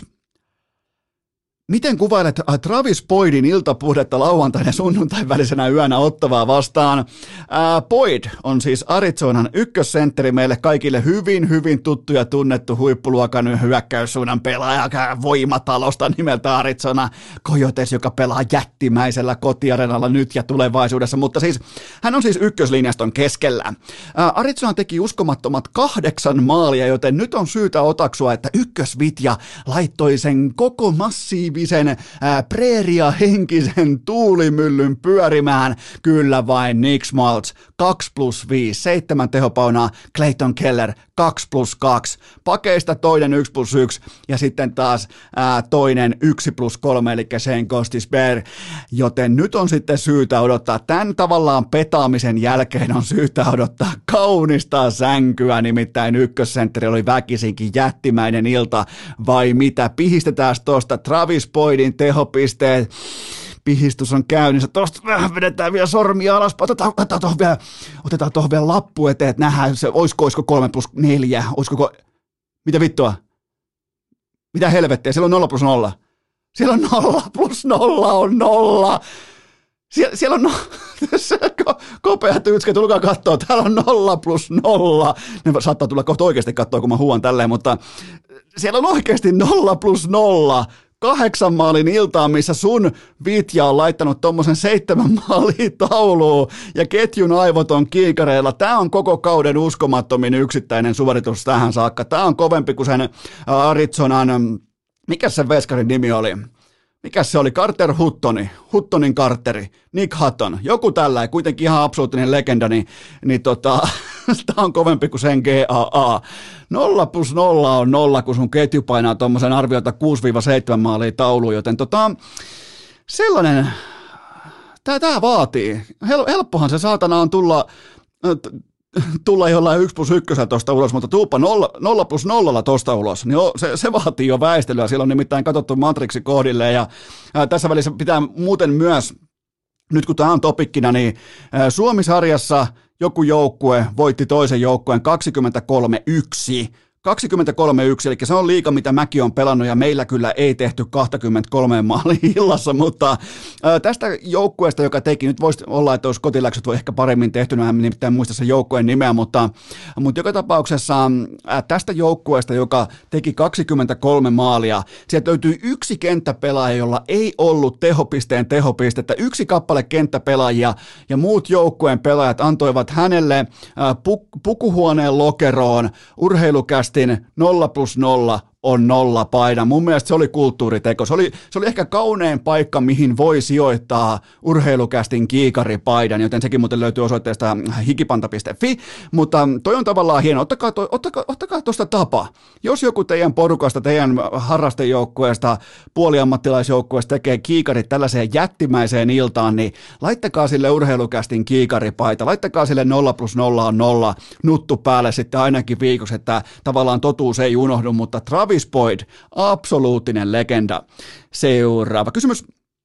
Miten kuvailet Travis Boydin iltapuhdetta lauantain ja sunnuntain välisenä yönä Ottavaa vastaan? Ää, Boyd on siis Arizonan ykkössentteri, meille kaikille hyvin, hyvin tuttu ja tunnettu huippuluokan hyökkäyssuunnan pelaaja voimatalosta nimeltä Arizona Coyotes, joka pelaa jättimäisellä kotiarenalla nyt ja tulevaisuudessa, mutta siis hän on siis ykköslinjaston keskellä. Ää, Arizona teki uskomattomat kahdeksan maalia, joten nyt on syytä otaksua, että ykkösvitja laittoi sen koko massiivisen preeria-henkisen tuulimyllyn pyörimään. Kyllä vain Nick Schmaltz, kaksi plus viisi, seitsemän tehopaunaa, Clayton Keller, kaksi plus kaksi, pakeista toinen yksi plus yksi ja sitten taas ää, toinen yksi plus kolme, eli Shane Gostisbehere, joten nyt on sitten syytä odottaa, tämän tavallaan petaamisen jälkeen on syytä odottaa kaunista sänkyä, nimittäin ykkössentteri oli väkisinkin jättimäinen ilta, vai mitä, pihistetään tuosta Travis Boydin tehopisteet, pihistus on käynnissä, tuosta vähän vedetään vielä sormia alaspäin, otetaan, otetaan tuohon vielä, otetaan tuohon vielä lappu eteen, että nähdään, se, olisiko, olisiko kolme plus neljä, olisiko, mitä vittua, mitä helvettiä, siellä on nolla plus nolla, siellä on nolla plus nolla on nolla, Sie- siellä on no, kopea tyytskä, tulkaa katsoa, täällä on nolla plus nolla, ne saattaa tulla kohta oikeasti katsoa, kun mä huuan tälleen, mutta siellä on oikeasti nolla plus nolla, kahdeksan maalin iltaa, missä sun vitja on laittanut tommosen seitsemän maalia tauluun ja ketjun aivot on kiikareilla. Tää on koko kauden uskomattomin yksittäinen suoritus tähän saakka. Tää on kovempi kuin sen Arizonan, mikä sen veskarin nimi oli? Mikä se oli? Carter Huttoni, Huttonin Carteri, Nick Hutton, joku tällä, kuitenkin ihan absoluuttinen legenda, niin, niin tota, tämä on kovempi kuin sen G A A. Nolla plus nolla on nolla, kun sun ketju painaa tuommoisen arviota kuusi seitsemän maalia tauluun, joten tota, sellainen, tää, tää vaatii. Hel, helppohan se saatana on tulla, tulla jollain yksi plus yksi tuosta ulos, mutta tuuppa nolla, nolla plus nollalla tuosta ulos, niin se, se vaatii jo väistelyä. Siellä on nimittäin katsottu Matrixi kohdille ja ää, tässä välissä pitää muuten myös, nyt kun tämä on topikkina, niin ää, Suomi-sarjassa joku joukkue voitti toisen joukkueen kaksikymmentäkolme yksi. kaksikymmentäkolme yksi, eli se on liiga, mitä mäkin on pelannut, ja meillä kyllä ei tehty kaksikymmentäkolme maalia illassa, mutta ää, tästä joukkueesta, joka teki, nyt voisi olla, että olisi kotiläksyt voi ehkä paremmin tehty, mä en nimittäin muista sen joukkueen nimeä, mutta, mutta joka tapauksessa ää, tästä joukkueesta, joka teki kaksikymmentäkolme maalia, sieltä löytyi yksi kenttäpelaaja, jolla ei ollut tehopisteen tehopistettä, yksi kappale kenttäpelaajia, ja muut joukkueen pelaajat antoivat hänelle ää, puk- pukuhuoneen lokeroon urheilukästi nolla plus nolla on nolla paina. Mun mielestä se oli kulttuuriteko. Se oli, se oli ehkä kaunein paikka, mihin voi sijoittaa urheilukästin kiikaripaidan, joten sekin muuten löytyy osoitteesta hikipanta piste fi, mutta toi on tavallaan hieno. Ottakaa, toi, ottakaa, ottakaa tuosta tapa. Jos joku teidän porukasta, teidän harrastejoukkueesta, puoliammattilaisjoukkueesta tekee kiikarit tällaiseen jättimäiseen iltaan, niin laittakaa sille urheilukästin kiikaripaita, laittakaa sille nolla plus nolla on nolla nuttu päälle sitten ainakin viikossa, että tavallaan totuus ei unohdu, mutta Travis Boyd, absoluuttinen legenda. Seuraava kysymys.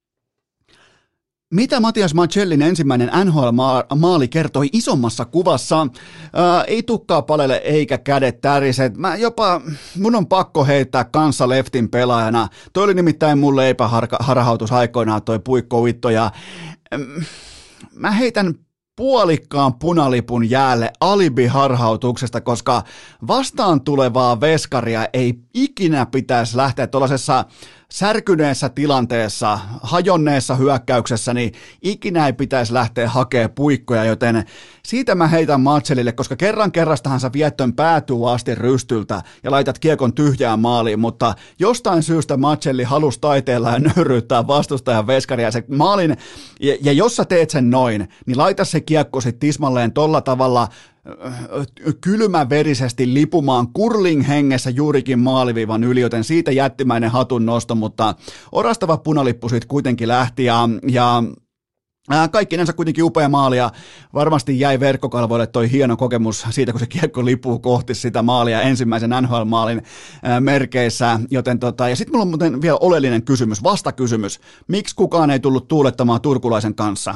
Mitä Matias Macellin ensimmäinen N H L-maali kertoi isommassa kuvassa? Ää, ei tukkaa palelle eikä kädet täriset. Mä jopa, mun on pakko heittää kanssa leftin pelaajana. Toi oli nimittäin mun leipäharhautus aikoinaan toi puikko-uitto ja mä heitän puolikkaan punalipun jäälle alibiharhautuksesta, koska vastaan tulevaa veskaria ei ikinä pitäisi lähteä tuollaisessa särkyneessä tilanteessa, hajonneessa hyökkäyksessä, niin ikinä ei pitäisi lähteä hakemaan puikkoja, joten siitä mä heitän Macellille, koska kerran kerrastahan sä viettön päätyy asti rystyltä ja laitat kiekon tyhjään maaliin, mutta jostain syystä Macelli halusi taiteella ja nöyryyttää vastustajan veskaria se maalin, ja, ja jos sä teet sen noin, niin laita se kiekko sit tismalleen tolla tavalla kylmäverisesti lipumaan curling hengessä juurikin maaliviivan yli, joten siitä jättimäinen hatun nosto, mutta orastava punalippu siitä kuitenkin lähti ja, ja kaikkinensa kuitenkin upea maali ja varmasti jäi verkkokalvoille toi hieno kokemus siitä, kun se kiekko lipuu kohti sitä maalia ensimmäisen N H L-maalin merkeissä, joten tota, ja sitten mulla on muuten vielä oleellinen kysymys, vastakysymys, miksi kukaan ei tullut tuulettamaan turkulaisen kanssa?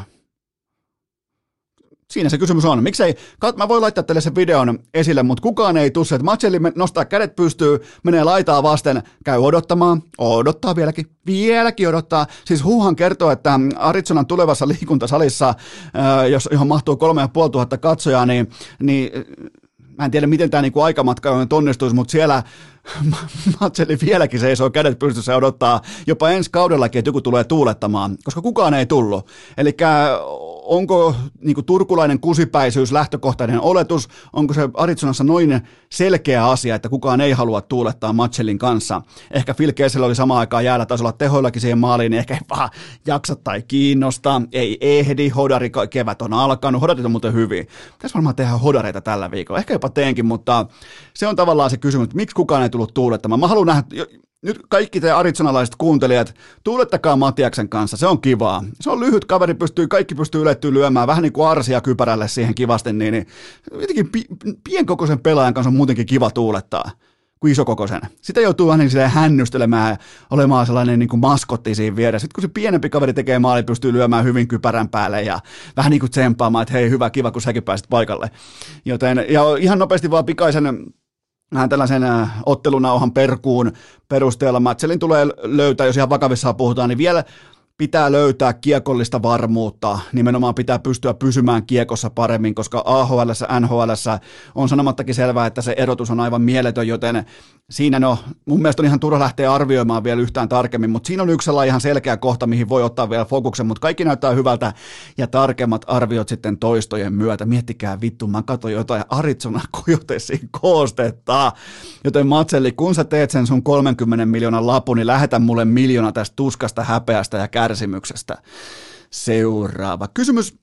Siinä se kysymys on. Miksei, mä voin laittaa teille sen videon esille, mutta kukaan ei tusse, että Macelli nostaa kädet pystyy, menee laitaa vasten, käy odottamaan, odottaa vieläkin, vieläkin odottaa. Siis huuhan kertoo, että Arizonan tulevassa liikuntasalissa, jos, johon mahtuu kolme ja puoli tuhatta katsojaa, niin, niin mä en tiedä, miten tämä niinku aikamatka on onnistuisi, mutta siellä Macelli vieläkin seisoo kädet pystyssä ja odottaa jopa ensi kaudellakin, että joku tulee tuulettamaan, koska kukaan ei tullut. Eli onko niinku turkulainen kusipäisyys lähtökohtainen oletus, onko se Arizonassa noin selkeä asia, että kukaan ei halua tuulettaa Macellin kanssa. Ehkä Phil Kessel oli samaan aikaan jäällä tasolla tehoillakin siihen maaliin, niin ehkä ei vaan jaksa tai kiinnosta, ei ehdi, hodari kevät on alkanut, hodarit on muuten hyvin. Pitäisi varmaan tehdä hodareita tällä viikolla, ehkä jopa teenkin, mutta se on tavallaan se kysymys, että miksi kukaan ei tullut tuulettamaan. Mä haluan nähdä, nyt kaikki te arizonalaiset kuuntelijat, tuulettakaa Matiaksen kanssa, se on kivaa. Se on lyhyt kaveri, pystyy, kaikki pystyy ylettyä lyömään, vähän niin kuin arsia kypärälle siihen kivasti, niin, niin jotenkin pi, pienkokoisen pelaajan kanssa on muutenkin kiva tuulettaa kuin isokokoisen. Sitä joutuu vähän niin hännystelemään ja olemaan sellainen niin kuin maskotti siinä vieressä. Sitten kun se pienempi kaveri tekee maali, pystyy lyömään hyvin kypärän päälle ja vähän niin kuin tsemppaamaan, että hei hyvä, kiva, kun säkin pääsit paikalle. Joten, ja ihan nopeasti vaan pikaisen tällaisen ottelunauhan perkuun perusteella Macellin tulee löytää, jos ihan vakavissaan puhutaan, niin vielä pitää löytää kiekollista varmuutta, nimenomaan pitää pystyä pysymään kiekossa paremmin, koska A H L:ssä, N H L:ssä on sanomattakin selvää, että se erotus on aivan mieletön, joten siinä no, mun mielestä on ihan turha lähteä arvioimaan vielä yhtään tarkemmin, mutta siinä on yksi sellainen ihan selkeä kohta, mihin voi ottaa vielä fokuksen, mutta kaikki näyttää hyvältä ja tarkemmat arviot sitten toistojen myötä. Miettikää vittu, mä katsoin jotain Arizona Coyotesin koostetta, joten Macelli, kun sä teet sen sun kolmenkymmenen miljoonan lapun, niin lähetä mulle miljoona tästä tuskasta, häpeästä ja kärsimyksestä. Seuraava kysymys.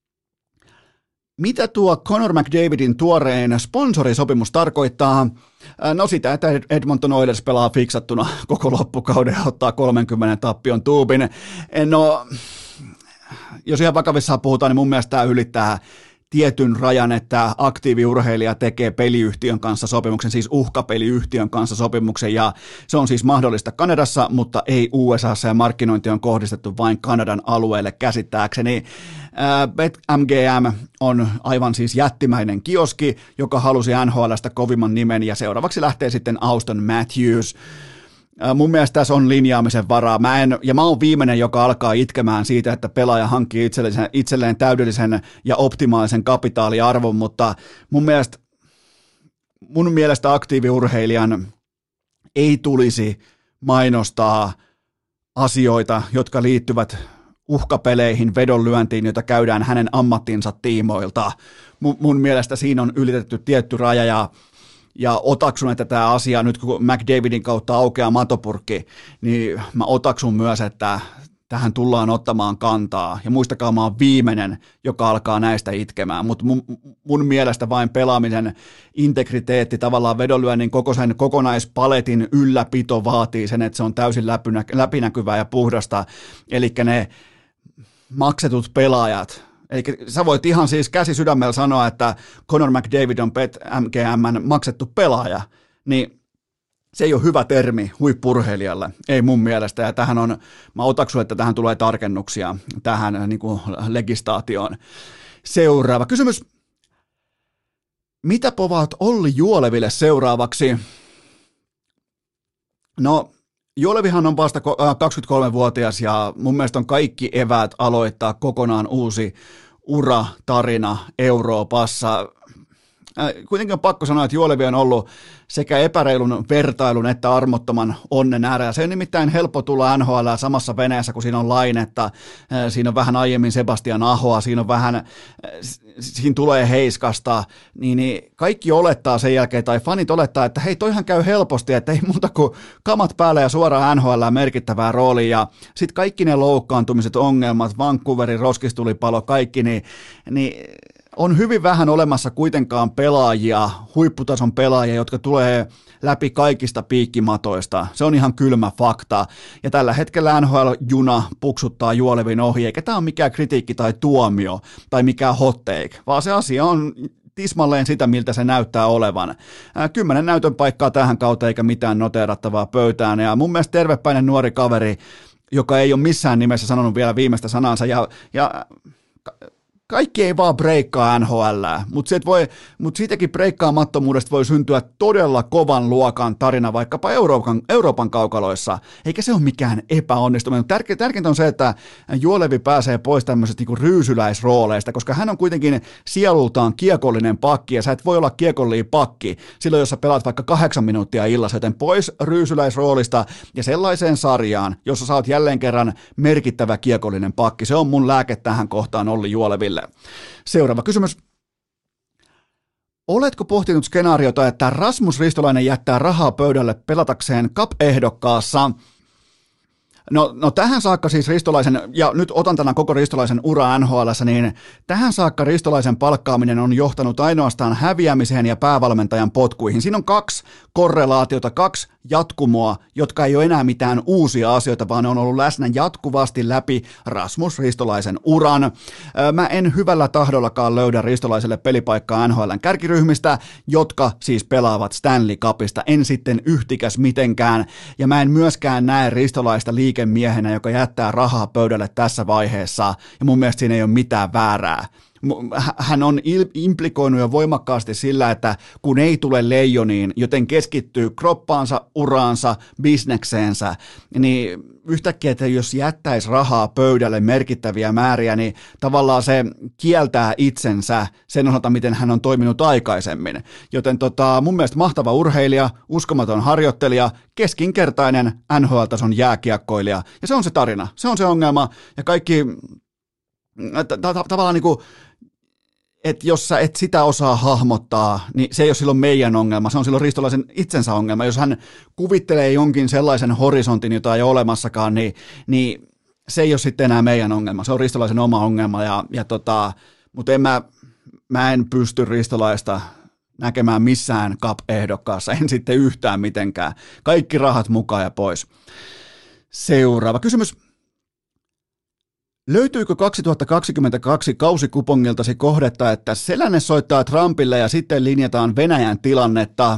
Mitä tuo Connor McDavidin tuoreen sponsorisopimus tarkoittaa? No sitä, että Edmonton Oilers pelaa fiksattuna koko loppukauden ja ottaa kolmenkymmenen tappion tuubin. No, jos ihan vakavissaan puhutaan, niin mun mielestä tämä ylittää tietyn rajan, että aktiiviurheilija tekee peliyhtiön kanssa sopimuksen, siis uhkapeliyhtiön kanssa sopimuksen, ja se on siis mahdollista Kanadassa, mutta ei U S A:ssa, ja markkinointi on kohdistettu vain Kanadan alueelle käsittääkseni. BetMGM on aivan siis jättimäinen kioski, joka halusi N H L:stä kovimman nimen, ja seuraavaksi lähtee sitten Auston Matthews. Mun mielestä tässä on linjaamisen varaa. Mä en, ja mä oon viimeinen, joka alkaa itkemään siitä, että pelaaja hankkii itselleen, itselleen täydellisen ja optimaalisen kapitaaliarvon, mutta mun mielestä, mun mielestä aktiiviurheilijan ei tulisi mainostaa asioita, jotka liittyvät uhkapeleihin, vedonlyöntiin, jota käydään hänen ammattinsa tiimoilta. Mun, mun mielestä siinä on ylitetty tietty raja, ja ja otaksun, että tämä asia nyt kun McDavidin kautta aukeaa matopurkki, niin mä otaksun myös, että tähän tullaan ottamaan kantaa, ja muistakaa, mä oon viimeinen, joka alkaa näistä itkemään, mutta mun, mun mielestä vain pelaamisen integriteetti, tavallaan vedonlyönnin koko sen kokonaispaletin ylläpito vaatii sen, että se on täysin läpinä, läpinäkyvää ja puhdasta, eli ne maksetut pelaajat, eli sä voit ihan siis käsi sydämellä sanoa, että Connor McDavid on Bet M G M:n maksettu pelaaja, niin se ei ole hyvä termi huippurheilijalle, ei mun mielestä, ja tähän on, mä otaksun, että tähän tulee tarkennuksia tähän niin kuin legislaatioon. Seuraava kysymys. Mitä povaat Olli Juoleville seuraavaksi? No, Juolevihan on vasta kaksikymmentäkolmevuotias, ja mun mielestä on kaikki eväät aloittaa kokonaan uusi ura, tarina Euroopassa. Kuitenkin on pakko sanoa, että Juolevi on ollut sekä epäreilun vertailun että armottoman onnen äärellä. Se on nimittäin helppo tulla N H L samassa veneessä, kun siinä on Lainetta, siinä on vähän aiemmin Sebastian Ahoa, siinä on vähän, siinä tulee Heiskasta, niin, niin kaikki olettaa sen jälkeen, tai fanit olettaa, että hei, toihan käy helposti, että ei muuta kuin kamat päälle ja suoraan N H L merkittävää roolia, ja sitten kaikki ne loukkaantumiset, ongelmat, Vancouverin roskistulipalo, kaikki, niin, niin on hyvin vähän olemassa kuitenkaan pelaajia, huipputason pelaajia, jotka tulee läpi kaikista piikkimatoista. Se on ihan kylmä fakta. Ja tällä hetkellä N H L-juna puksuttaa Juolevin ohi, eikä tämä ole mikään kritiikki tai tuomio tai mikään hot take, vaan se asia on tismalleen sitä, miltä se näyttää olevan. Kymmenen näytön paikkaa tähän kautta eikä mitään noteerattavaa pöytään. Ja mun mielestä tervepäinen nuori kaveri, joka ei ole missään nimessä sanonut vielä viimeistä sanansa. Ja, ja kaikki ei vaan breikkaa N H L:ää, mutta mut siitäkin breikkaamattomuudesta voi syntyä todella kovan luokan tarina vaikkapa Euroopan, Euroopan kaukaloissa, eikä se ole mikään epäonnistuminen. Tärke, tärkeintä on se, että Juolevi pääsee pois tämmöisestä niinku ryysyläisrooleista, koska hän on kuitenkin sielultaan kiekollinen pakki, ja sä et voi olla kiekollinen pakki silloin, jos sä pelaat vaikka kahdeksan minuuttia illassa, joten pois ryysyläisroolista ja sellaiseen sarjaan, jossa sä oot jälleen kerran merkittävä kiekollinen pakki. Se on mun lääke tähän kohtaan Olli Juoleville. Seuraava kysymys. Oletko pohtinut skenaariota, että Rasmus Ristolainen jättää rahaa pöydälle pelatakseen Cup-ehdokkaassa? No, no tähän saakka siis Ristolaisen, ja nyt otan tämän koko Ristolaisen ura N H L:ssä, niin tähän saakka Ristolaisen palkkaaminen on johtanut ainoastaan häviämiseen ja päävalmentajan potkuihin. Siinä on kaksi korrelaatiota, kaksi jatkumoa, jotka ei ole enää mitään uusia asioita, vaan ne on ollut läsnä jatkuvasti läpi Rasmus Ristolaisen uran. Mä en hyvällä tahdollakaan löydä Ristolaiselle pelipaikkaa N H L:n kärkiryhmistä, jotka siis pelaavat Stanley Cupista. En sitten yhtikäs mitenkään, ja mä en myöskään näe Ristolaista liikemiehenä, joka jättää rahaa pöydälle tässä vaiheessa, ja mun mielestä siinä ei ole mitään väärää. Hän on implikoinut jo voimakkaasti sillä, että kun ei tule leijoniin, joten keskittyy kroppaansa, uraansa, bisnekseensä, niin yhtäkkiä, että jos jättäisi rahaa pöydälle merkittäviä määriä, niin tavallaan se kieltää itsensä sen osalta, miten hän on toiminut aikaisemmin. Joten tota, mun mielestä mahtava urheilija, uskomaton harjoittelija, keskinkertainen N H L-tason jääkiekkoilija, ja se on se tarina, se on se ongelma, ja kaikki tavallaan niin kuin, että jos sä et sitä osaa hahmottaa, niin se ei ole silloin meidän ongelma, se on silloin Ristolaisen itsensä ongelma. Jos hän kuvittelee jonkin sellaisen horisontin, jota ei ole olemassakaan, niin, niin se ei ole sitten enää meidän ongelma, se on Ristolaisen oma ongelma, ja, ja tota, mutta en mä, mä en pysty Ristolaista näkemään missään Cup-ehdokkaassa, en sitten yhtään mitenkään. Kaikki rahat mukaan ja pois. Seuraava kysymys. Löytyykö kaksituhattakaksikymmentäkaksi kausikupongiltasi kohdetta, että Selänne soittaa Trumpille ja sitten linjataan Venäjän tilannetta?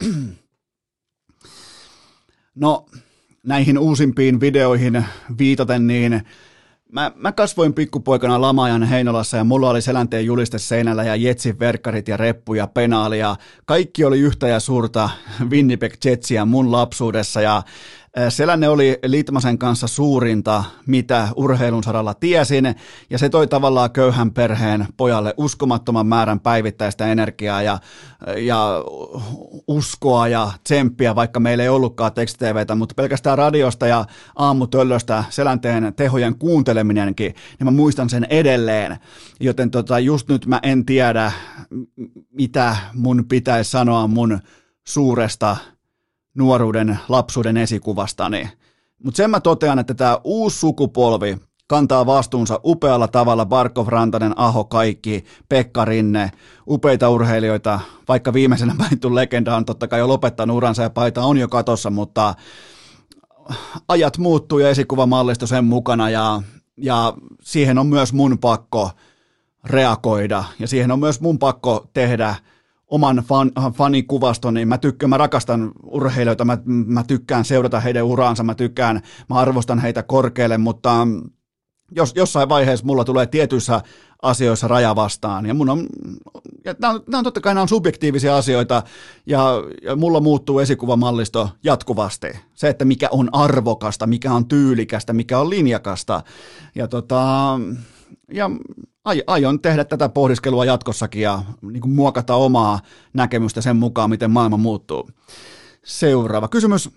No, näihin uusimpiin videoihin viitaten, niin mä, mä kasvoin pikkupoikana Lamaajan Heinolassa ja mulla oli Selänteen juliste seinällä ja Jetsin verkkarit ja reppu ja penaali ja kaikki oli yhtä ja suurta Winnipeg Jetsiä mun lapsuudessa ja Selänne oli Litmasen kanssa suurinta, mitä urheilun saralla tiesin, ja se toi tavallaan köyhän perheen pojalle uskomattoman määrän päivittäistä energiaa ja, ja uskoa ja tsemppiä, vaikka meillä ei ollutkaan teksti-tvtä, mutta pelkästään radiosta ja aamutöllöstä Selänteen tehojen kuunteleminenkin, niin mä muistan sen edelleen, joten tota, just nyt mä en tiedä, mitä mun pitäisi sanoa mun suuresta nuoruuden, lapsuuden esikuvastani. Mutta sen mä totean, että tämä uusi sukupolvi kantaa vastuunsa upealla tavalla. Barkov, Rantanen, Aho, kaikki, Pekka Rinne, upeita urheilijoita, vaikka viimeisenä mainittu legenda on totta kai jo lopettanut uransa ja paita on jo katossa, mutta ajat muuttuu ja esikuvamallisto sen mukana ja, ja siihen on myös mun pakko reagoida ja siihen on myös mun pakko tehdä oman fan, fanikuvastoni. Mä tykkään, mä rakastan urheilijoita, mä, mä tykkään seurata heidän uraansa, mä tykkään, mä arvostan heitä korkealle, mutta jos, jossain vaiheessa mulla tulee tietyissä asioissa raja vastaan, ja mun on, ja nämä on, nämä on totta kai nämä on subjektiivisia asioita, ja, ja mulla muuttuu esikuvamallisto jatkuvasti. Se, että mikä on arvokasta, mikä on tyylikästä, mikä on linjakasta, ja tota, ja aion tehdä tätä pohdiskelua jatkossakin ja niin kuin muokata omaa näkemystä sen mukaan, miten maailma muuttuu. Seuraava kysymys.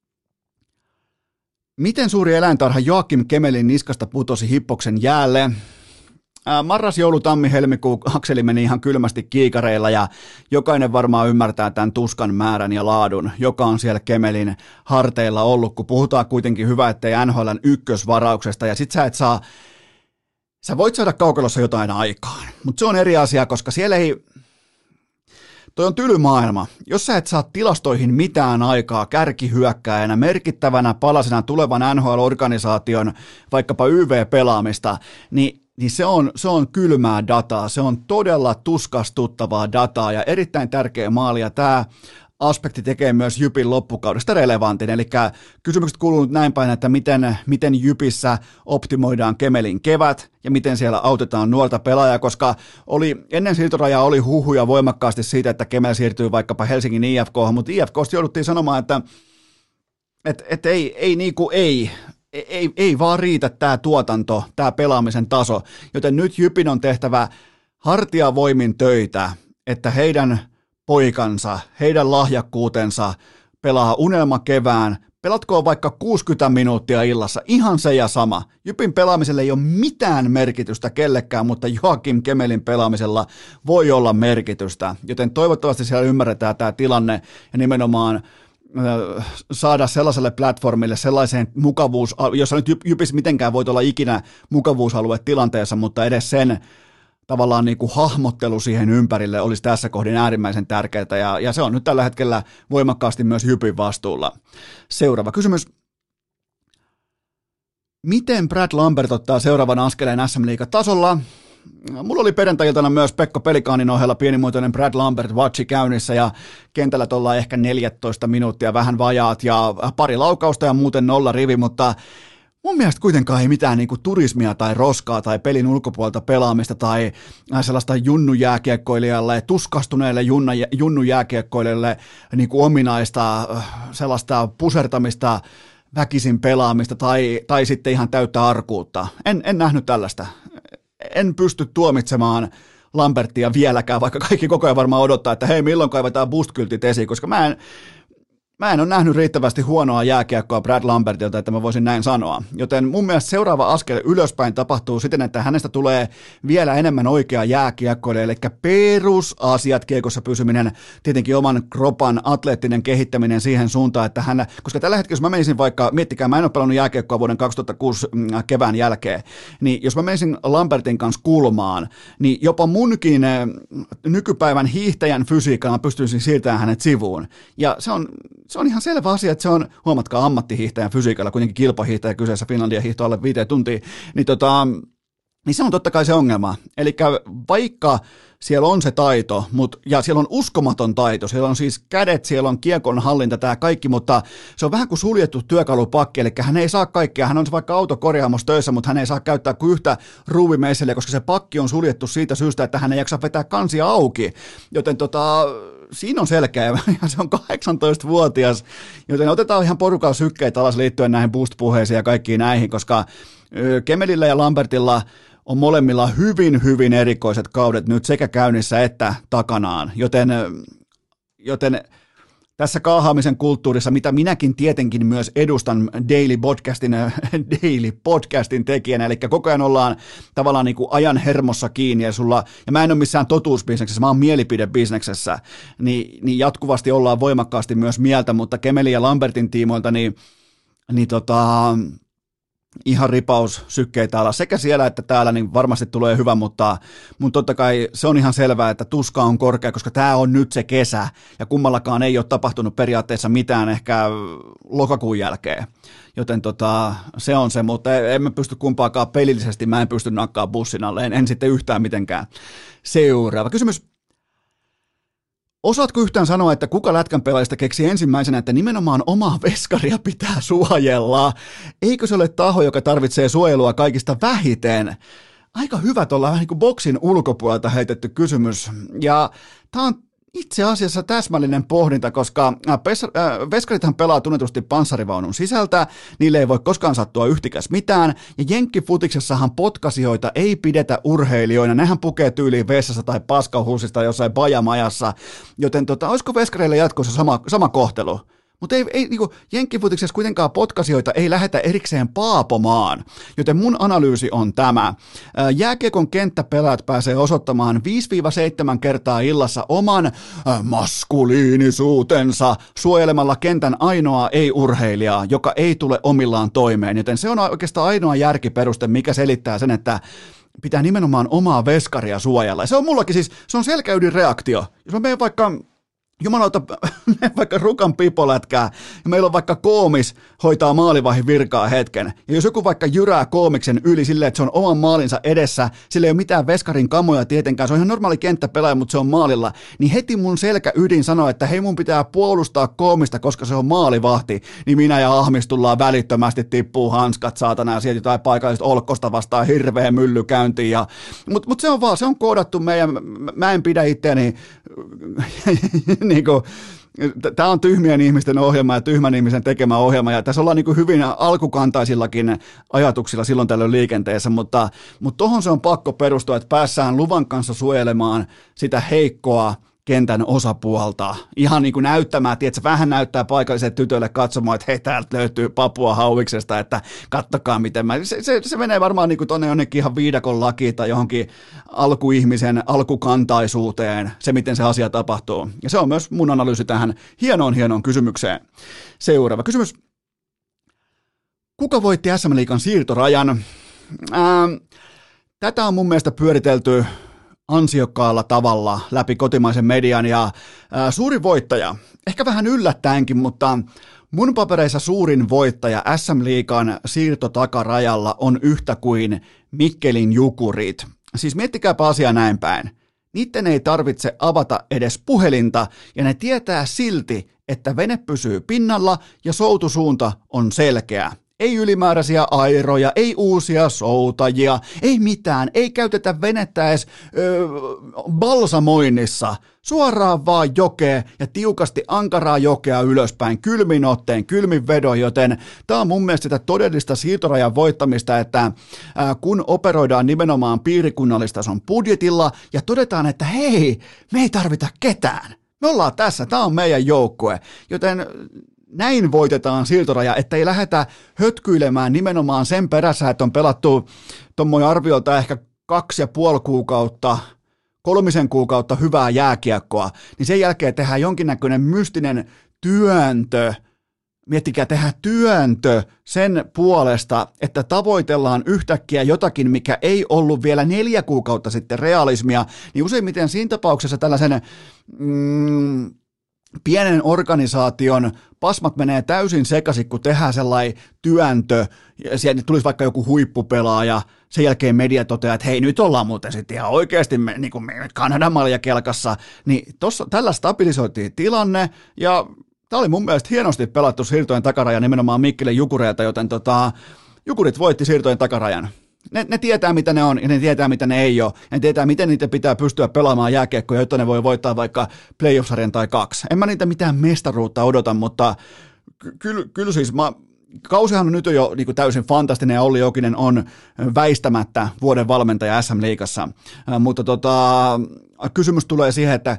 Miten suuri eläintarha Joakim Kemelin niskasta putosi Hippoksen jäälle? Marras, joulu, tammi, helmikuu, akseli meni ihan kylmästi kiikareilla ja jokainen varmaan ymmärtää tämän tuskan määrän ja laadun, joka on siellä Kemelin harteilla ollut, kun puhutaan kuitenkin hyvä, ettei N H L:n ykkösvarauksesta ja sit sä et saa Sä voit saada kaukalossa jotain aikaan, mutta se on eri asia, koska siellä ei, toi on tyly maailma. Jos sä et saa tilastoihin mitään aikaa kärkihyökkääjänä, merkittävänä palasena tulevan N H L-organisaation vaikkapa Y V-pelaamista, niin, niin se, on, se on kylmää dataa, se on todella tuskastuttavaa dataa ja erittäin tärkeä maali ja tämä aspekti tekee myös Jypin loppukaudesta relevantin, eli kysymykset kuuluu näin päin, että miten, miten Jypissä optimoidaan Kemelin kevät ja miten siellä autetaan nuorta pelaajaa, koska oli, ennen siirtorajaa oli huhuja voimakkaasti siitä, että Kemel siirtyy vaikkapa Helsingin I F K:han, mutta I F K:sta jouduttiin sanomaan, että et, et ei, ei, niinku, ei, ei, ei vaan riitä tämä tuotanto, tämä pelaamisen taso, joten nyt Jypin on tehtävä hartiavoimin töitä, että heidän poikansa, heidän lahjakkuutensa pelaa unelmakevään, pelatkoon vaikka kuusikymmentä minuuttia illassa, ihan se ja sama. Jypin pelaamiselle ei ole mitään merkitystä kellekään, mutta Joakim Kemelin pelaamisella voi olla merkitystä, joten toivottavasti siellä ymmärretään tämä tilanne ja nimenomaan saada sellaiselle platformille sellaiseen mukavuus, jossa nyt Jypis mitenkään voi olla ikinä mukavuusalue tilanteessa, mutta edes sen tavallaan niin kuin hahmottelu siihen ympärille olisi tässä kohdin äärimmäisen tärkeää, ja, ja se on nyt tällä hetkellä voimakkaasti myös Jypin vastuulla. Seuraava kysymys. Miten Brad Lambert ottaa seuraavan askeleen S M-liigatasolla? Mulla oli perjantai-iltana myös Pekka Pelikaanin ohella pienimuotoinen Brad Lambert-watchi käynnissä, ja kentällä ollaan ehkä neljätoista minuuttia, vähän vajaat, ja pari laukausta ja muuten nolla rivi, mutta mun mielestä kuitenkaan ei mitään niinku turismia tai roskaa tai pelin ulkopuolelta pelaamista tai sellaista junnujääkiekkoilijalle, tuskastuneelle junna, junnujääkiekkoilijalle niinku ominaista sellaista pusertamista, väkisin pelaamista tai, tai sitten ihan täyttä arkuutta. En, en nähnyt tällaista. En pysty tuomitsemaan Lambertia vieläkään, vaikka kaikki koko ajan varmaan odottaa, että hei, milloin kaivetaan boost-kyltit esiin, koska mä en... Mä en ole nähnyt riittävästi huonoa jääkiekkoa Brad Lambertilta, että mä voisin näin sanoa. Joten mun mielestä seuraava askel ylöspäin tapahtuu siten, että hänestä tulee vielä enemmän oikea jääkiekkoilija, eli perusasiat kiekossa pysyminen, tietenkin oman kropan atleettinen kehittäminen siihen suuntaan, että hän, koska tällä hetkellä, jos mä menisin vaikka, miettikää, mä en ole pelannut jääkiekkoa vuoden kaksituhattakuusi kevään jälkeen, niin jos mä menisin Lambertin kanssa kulmaan, niin jopa munkin nykypäivän hiihtäjän fysiikalla mä pystyisin siirtämään hänet sivuun. Ja se on Se on ihan selvä asia, että se on, huomatkaa ammattihiihtäjän fysiikalla, kuitenkin kilpahiihtäjä kyseessä, Finlandia hiihto alle viiteen tuntia, niin, tota, niin se on totta kai se ongelma. Eli vaikka siellä on se taito, mut, ja siellä on uskomaton taito, siellä on siis kädet, siellä on kiekon hallinta, tämä kaikki, mutta se on vähän kuin suljettu työkalupakki, eli hän ei saa kaikkea, hän on vaikka autokorjaamossa töissä, mutta hän ei saa käyttää kuin yhtä ruuvimeiseliä, koska se pakki on suljettu siitä syystä, että hän ei jaksa vetää kansia auki, joten tota... Siinä on selkeä, ja se on kahdeksantoistavuotias, joten otetaan ihan porukalla sykkeitä alas liittyen näihin boost-puheisiin ja kaikkiin näihin, koska Kemelillä ja Lambertilla on molemmilla hyvin, hyvin erikoiset kaudet nyt sekä käynnissä että takanaan, joten, joten tässä kaahaamisen kulttuurissa, mitä minäkin tietenkin myös edustan Daily Podcastin, Daily Podcastin tekijänä, eli koko ajan ollaan tavallaan niin kuin ajan hermossa kiinni, ja, sulla, ja mä en ole missään totuusbisneksessä, mä oon mielipidebisneksessä, niin, niin jatkuvasti ollaan voimakkaasti myös mieltä, mutta Kemeli ja Lambertin tiimoilta, niin, niin tota... ihan ripaus sykkeitä alas sekä siellä että täällä, niin varmasti tulee hyvä, mutta, mutta totta kai se on ihan selvää, että tuska on korkea, koska tämä on nyt se kesä ja kummallakaan ei ole tapahtunut periaatteessa mitään ehkä lokakuun jälkeen, joten tota, se on se, mutta emme pysty kumpaakaan pelillisesti, mä en pysty nakkaa bussin alle, en, en sitten yhtään mitenkään. Seuraava kysymys. Osaatko yhtään sanoa, että kuka lätkän pelaajista keksi ensimmäisenä, että nimenomaan omaa veskaria pitää suojella? Eikö se ole taho, joka tarvitsee suojelua kaikista vähiten? Aika hyvä tuolla vähän niin kuin boksin ulkopuolelta heitetty kysymys. Ja tämä on itse asiassa täsmällinen pohdinta, koska veskarithan pelaa tunnetusti panssarivaunun sisältä, niille ei voi koskaan sattua yhtikäs mitään, ja jenkkifutiksessahan potkasijoita ei pidetä urheilijoina, nehän pukee tyyliin vessassa tai paskahuusista jossain bajamajassa, joten tota, olisiko veskareille jatkossa sama, sama kohtelu? Mutta ei, ei niin jenkkifutiksessa kuitenkaan potkasijoita ei lähetä erikseen paapomaan, joten mun analyysi on tämä. Jääkiekon kenttäpelaajat pääsee osoittamaan viisi seitsemän kertaa illassa oman maskuliinisuutensa suojelemalla kentän ainoaa ei-urheilijaa, joka ei tule omillaan toimeen, joten se on oikeastaan ainoa järkiperuste, mikä selittää sen, että pitää nimenomaan omaa veskaria suojella. Ja se on mullakin siis, se on selkäydinreaktio. Jos mä menen vaikka... Jumalauta, vaikka rukan pipolätkää, ja meillä on vaikka koomis hoitaa maalivahin virkaa hetken, ja jos joku vaikka jyrää koomiksen yli silleen, että se on oman maalinsa edessä, sillä ei ole mitään veskarin kamoja tietenkään, se on ihan normaali kenttäpelaaja, mutta se on maalilla, niin heti mun selkäydin sanoo, että hei mun pitää puolustaa koomista, koska se on maalivahti, niin minä ja Ahmis tullaan välittömästi tippuu hanskat saatana, ja sieltä jotain paikallista olkkosta vastaan hirveä mylly käyntiin, ja, mutta mut se on vaan, se on koodattu meidän, mä en pidä itseäni niin kuin, tämä on tyhmien ihmisten ohjelma ja tyhmän ihmisen tekemä ohjelma, ja tässä ollaan niin kuin hyvin alkukantaisillakin ajatuksilla silloin tällöin liikenteessä, mutta mutta tohon se on pakko perustua, että päässään luvan kanssa suojelemaan sitä heikkoa kentän osapuolta. Ihan niin kuin näyttämään, tiedätkö, vähän näyttää paikalliselle tytölle katsomaan, että hei, täältä löytyy Papua Hauiksesta, että kattokaa miten mä... Se, se, se menee varmaan niin kuin tuonne jonnekin ihan viidakon lakiin tai johonkin alkuihmisen alkukantaisuuteen, se miten se asia tapahtuu. Ja se on myös mun analyysi tähän hienoon hienoon kysymykseen. Seuraava kysymys. Kuka voitti S M-liigan siirtorajan? Ää, tätä on mun mielestä pyöritelty ansiokkaalla tavalla läpi kotimaisen median, ja ää, suurin voittaja, ehkä vähän yllättäenkin, mutta mun papereissa suurin voittaja S M-liigan siirtotakarajalla on yhtä kuin Mikkelin Jukurit. Siis miettikääpä asiaa näin päin. Niiden ei tarvitse avata edes puhelinta, ja ne tietää silti, että vene pysyy pinnalla ja soutusuunta on selkeä. Ei ylimääräisiä airoja, ei uusia soutajia, ei mitään, ei käytetä venettä edes öö, balsamoinnissa. Suoraan vaan jokea ja tiukasti ankaraa jokea ylöspäin, kylmin otteen, kylmin vedon, joten tämä on mun mielestä sitä todellista siirtorajan voittamista, että ää, kun operoidaan nimenomaan piirikunnallistason budjetilla ja todetaan, että hei, me ei tarvita ketään. Me ollaan tässä, tämä on meidän joukkue, joten... Näin voitetaan siirtoraja, että ei lähdetä hötkyilemään nimenomaan sen perässä, että on pelattu tuommoinen arviolta ehkä kaksi ja puoli kuukautta, kolmisen kuukautta hyvää jääkiekkoa, niin sen jälkeen tehdään jonkinnäköinen mystinen työntö, miettikää, tehdään työntö sen puolesta, että tavoitellaan yhtäkkiä jotakin, mikä ei ollut vielä neljä kuukautta sitten realismia, niin useimmiten siinä tapauksessa tällaisen... Mm, pienen organisaation pasmat menee täysin sekaisin, kun tehdään sellainen työntö, ja sieltä tulisi vaikka joku huippupelaaja, sen jälkeen media toteaa, että hei, nyt ollaan muuten sitten ihan oikeasti me, niin kuin me Kanadan maljakelkassa, niin tossa, tällä stabilisoitiin tilanne, ja tämä oli mun mielestä hienosti pelattu siirtojen takaraja nimenomaan Mikkelin Jukureilta, joten tota, Jukurit voitti siirtojen takarajan. Ne, ne tietää, mitä ne on, ja ne tietää, mitä ne ei ole, ja ne tietää, miten niitä pitää pystyä pelaamaan jääkiekkoja, jotta ne voi voittaa vaikka playoff-sarjan tai kaksi. En mä niitä mitään mestaruutta odota, mutta ky- kyllä ky- siis mä, kausihan on nyt jo niin kuin täysin fantastinen, ja Olli Jokinen on väistämättä vuoden valmentaja S M-liigassa, mutta tota, kysymys tulee siihen, että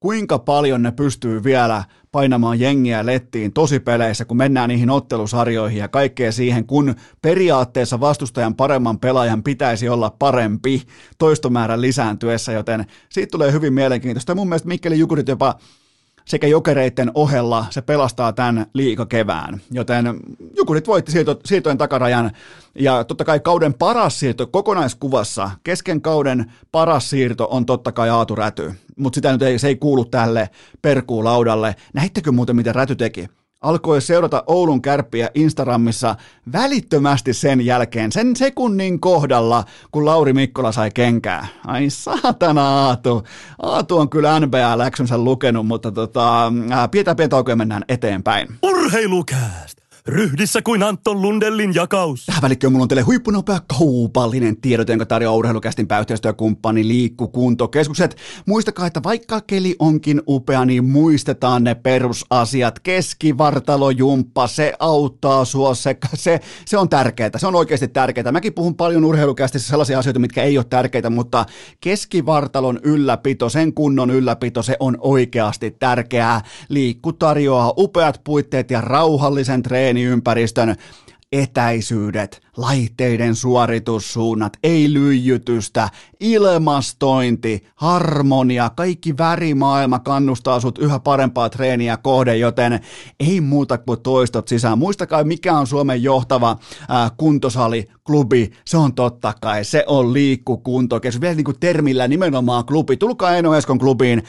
kuinka paljon ne pystyy vielä painamaan jengiä lettiin tosipeleissä, kun mennään niihin ottelusarjoihin ja kaikkea siihen, kun periaatteessa vastustajan paremman pelaajan pitäisi olla parempi toistomäärän lisääntyessä, joten siitä tulee hyvin mielenkiintoista. Ja mun mielestä Mikkeli Jukurit jopa sekä Jokereiden ohella se pelastaa tämän liigakevään, joten Jukurit voitti siirto, siirtojen takarajan ja totta kai kauden paras siirto kokonaiskuvassa, kesken kauden paras siirto on totta kai Aatu Räty, mutta sitä nyt ei, se ei kuulu tälle perkuulaudalle. Näittekö muuten mitä Räty teki? Alkoi seurata Oulun Kärppiä Instagramissa välittömästi sen jälkeen, sen sekunnin kohdalla, kun Lauri Mikkola sai kenkää. Ai saatana Aatu. Aatu on kyllä N B A-läksynsä lukenut, mutta tota, pidetään pientä taukoa ja mennään eteenpäin. Urheilukääst! Ryhdissä kuin Anton Lundellin jakaus. Tähän välikköön mulla on teille huippunopea kaupallinen tiedot, jonka tarjoaa Urheilukästin pääyhteistyökumppani Liikkukuntokeskukset. Muistakaa, että vaikka keli onkin upea, niin muistetaan ne perusasiat. Keskivartalojumppa, se auttaa sua, se, se, se on tärkeää, se on oikeasti tärkeää. Mäkin puhun paljon Urheilukästissä sellaisia asioita, mitkä ei ole tärkeitä, mutta keskivartalon ylläpito, sen kunnon ylläpito, se on oikeasti tärkeää. Liikku tarjoaa upeat puitteet ja rauhallisen treenin ympäristön, etäisyydet, laitteiden suoritussuunnat, ei lyijytystä, ilmastointi, harmonia, kaikki värimaailma kannustaa sut yhä parempaa treeniä kohde, joten ei muuta kuin toistot sisään. Muistakaa, mikä on Suomen johtava ää, kuntosali, klubi, se on totta kai, se on Liikkukuntokeskus, vielä niin kuin termillä nimenomaan klubi. Tulkaa Eino Eskon klubiin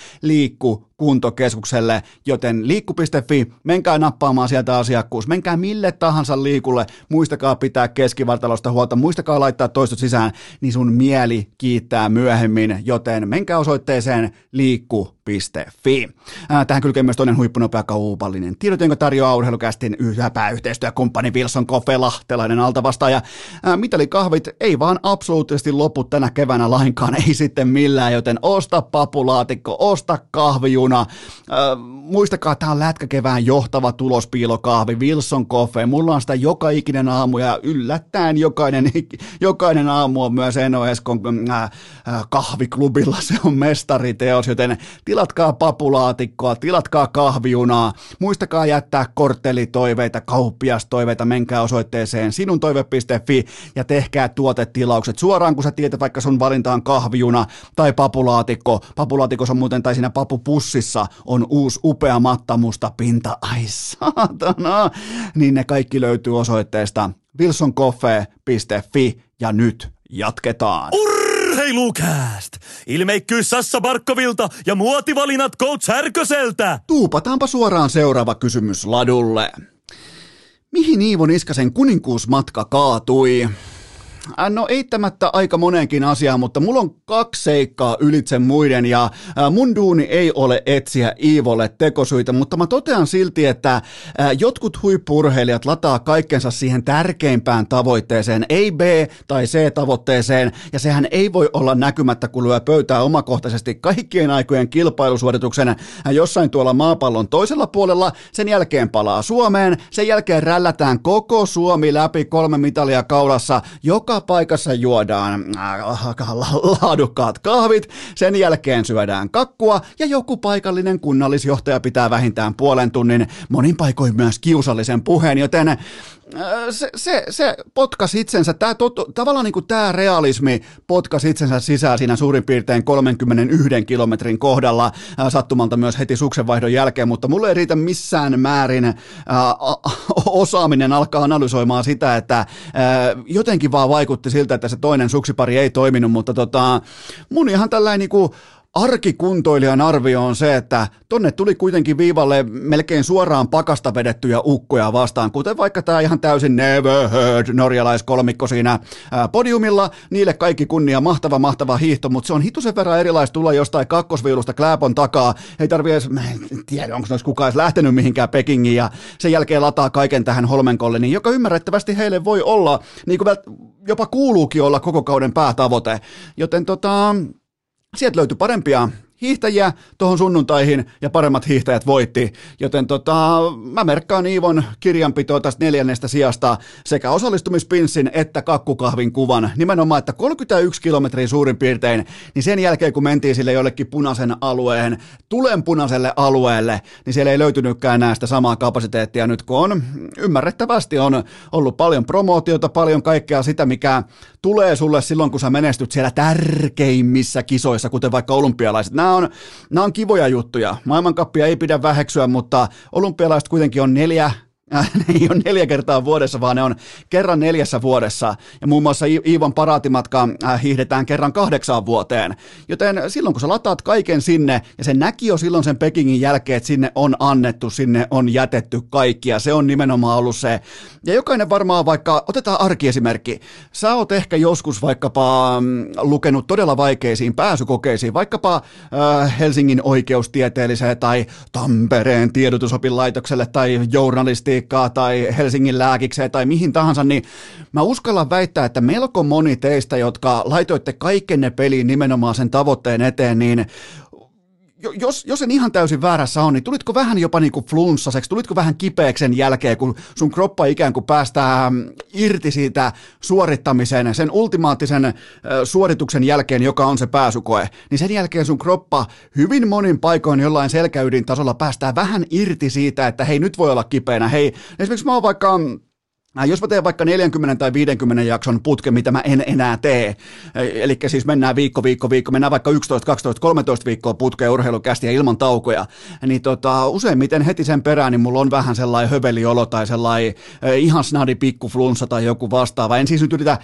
Liikkukuntokeskukselle, joten liikku piste fi, menkää nappaamaan sieltä asiakkuus, menkää mille tahansa liikulle, muistakaa pitää keskivartalosta huolta, muistakaa laittaa toistot sisään, niin sun mieli kiittää myöhemmin, joten menkää osoitteeseen liikku piste fi. Tähän kylkee myös toinen huippunopea kaupallinen tiedot, jonka tarjoaa Urheilukästin yhä pääyhteistyökumppani Wilson Coffee, lahtelainen altavastaaja. Mitalikahvit ei vaan absoluuttisesti lopu tänä keväänä lainkaan, ei sitten millään, joten osta papulaatikko, osta kahvijuna. Äh, muistakaa, tämä on lätkäkevään johtava tulospiilokahvi, Wilson Coffee. Mulla on sitä joka ikinen aamu ja yllättäen jokainen, jokainen aamu on myös Eino Eskon äh, äh, kahviklubilla, se on mestariteos, joten tilatkaa papulaatikkoa, tilatkaa kahvijunaa, muistakaa jättää korttelitoiveita, kauppiastoiveita, menkää osoitteeseen sinuntoive piste fi ja tehkää tuotetilaukset suoraan, kun sä tiedät, vaikka sun valinta on kahvijuna tai papulaatikko. Papulaatikossa on muuten, tai siinä papupussissa on uusi upea mattamusta pinta, ai saatana, niin ne kaikki löytyy osoitteesta wilson coffee piste fi ja nyt jatketaan. Urheilukääst! Ilmeikkyys Sassa Barkovilta ja muotivalinnat Coach Härköseltä! Tuupataanpa suoraan seuraava kysymys ladulle. Mihin Iivo Niskasen kuninkuusmatka kaatui? No eittämättä aika moneenkin asiaan, mutta mulla on kaksi seikkaa ylitse muiden ja mun duuni ei ole etsiä Iivolle tekosyitä, mutta mä totean silti, että jotkut huippu-urheilijat lataa kaikkensa siihen tärkeimpään tavoitteeseen, ei B- tai C-tavoitteeseen, ja sehän ei voi olla näkymättä, kun lyö pöytää omakohtaisesti kaikkien aikojen kilpailusuorituksen jossain tuolla maapallon toisella puolella, sen jälkeen palaa Suomeen, sen jälkeen rällätään koko Suomi läpi kolme mitalia kaulassa, joka paikassa juodaan laadukkaat kahvit, sen jälkeen syödään kakkua ja joku paikallinen kunnallisjohtaja pitää vähintään puolen tunnin, monin paikoin myös kiusallisen puheen, joten se, se, se potkasi itsensä, tää tot, tavallaan niin kuin tämä realismi potkasi itsensä sisään siinä suurin piirtein kolmekymmentäyksi kilometrin kohdalla, ää, sattumalta myös heti suksenvaihdon jälkeen, mutta mulle ei riitä missään määrin ää, osaaminen alkaa analysoimaan sitä, että ää, jotenkin vaan vaikutti siltä, että se toinen suksipari ei toiminut, mutta tota, mun ihan tällainen niin kuin arkikuntoilijan arvio on se, että tonne tuli kuitenkin viivalle melkein suoraan pakasta vedettyjä ukkoja vastaan, kuten vaikka tämä ihan täysin never heard norjalaiskolmikko siinä podiumilla. Niille kaikki kunnia, mahtava, mahtava hiihto, mutta se on hitusen verran erilaista tulla jostain kakkosviulusta Kläpon takaa. Ei tarvitse edes, mä en tiedä, onko noissa kukaan edes lähtenyt mihinkään Pekingiin ja sen jälkeen lataa kaiken tähän Holmenkolleniin, joka ymmärrettävästi heille voi olla, niin kuin jopa kuuluukin olla koko kauden päätavoite. Joten tota... Sieltä löytyi parempia hiihtäjiä tuohon sunnuntaihin ja paremmat hiihtäjät voitti, joten tota, mä merkkaan Iivon kirjanpitoa tästä neljännestä sijasta sekä osallistumispinssin että kakkukahvin kuvan. Nimenomaan, että kolmekymmentäyksi kilometriä suurin piirtein, niin sen jälkeen kun mentiin sille jollekin punaisen alueen, tulenpunaiselle alueelle, niin siellä ei löytynytkään enää sitä samaa kapasiteettia nyt, kun on ymmärrettävästi on ollut paljon promootiota, paljon kaikkea sitä, mikä tulee sulle silloin, kun sä menestyt siellä tärkeimmissä kisoissa, kuten vaikka olympialaiset. Nämä on, nämä on kivoja juttuja. Maailmankappia ei pidä väheksyä, mutta olympialaiset kuitenkin on neljä, äh, ne ei ole neljä kertaa vuodessa, vaan ne on kerran neljässä vuodessa. Ja muun muassa Iivon paraatimatka äh, hiihdetään kerran kahdeksaan vuoteen. Joten silloin, kun sä lataat kaiken sinne, ja se näki jo silloin sen Pekingin jälkeen, että sinne on annettu, sinne on jätetty kaikkia. Se on nimenomaan ollut se. Ja jokainen varmaan vaikka, otetaan arkiesimerkki, sä oot ehkä joskus vaikkapa mm, lukenut todella vaikeisiin pääsykokeisiin, vaikkapa äh, Helsingin oikeustieteelliseen tai Tampereen tiedotusopilaitokselle tai journalistiikkaa tai Helsingin lääkikseen tai mihin tahansa, niin mä uskallan väittää, että melko moni teistä, jotka laitoitte kaikenne peliin nimenomaan sen tavoitteen eteen, niin Jos, jos en ihan täysin väärässä on, niin tulitko vähän jopa niin kuin flunssaseksi, tulitko vähän kipeäksi sen jälkeen, kun sun kroppa ikään kuin päästää irti siitä suorittamisen, sen ultimaattisen suorituksen jälkeen, joka on se pääsykoe, niin sen jälkeen sun kroppa hyvin monin paikoin jollain selkäydin tasolla päästää vähän irti siitä, että hei, nyt voi olla kipeänä, hei, esimerkiksi mä oon vaikka jos mä teen vaikka neljäkymmentä tai viisikymmentä jakson putken, mitä mä en enää tee, eli siis mennään viikko, viikko, viikko, mennään vaikka yksitoista, kaksitoista, kolmetoista viikkoa putkeen urheilukästiä ilman taukoja, niin tota, useimmiten heti sen perään, niin mulla on vähän sellainen höveliolo tai sellainen ihan snadi pikkuflunssa tai joku vastaava. En siis nyt yritä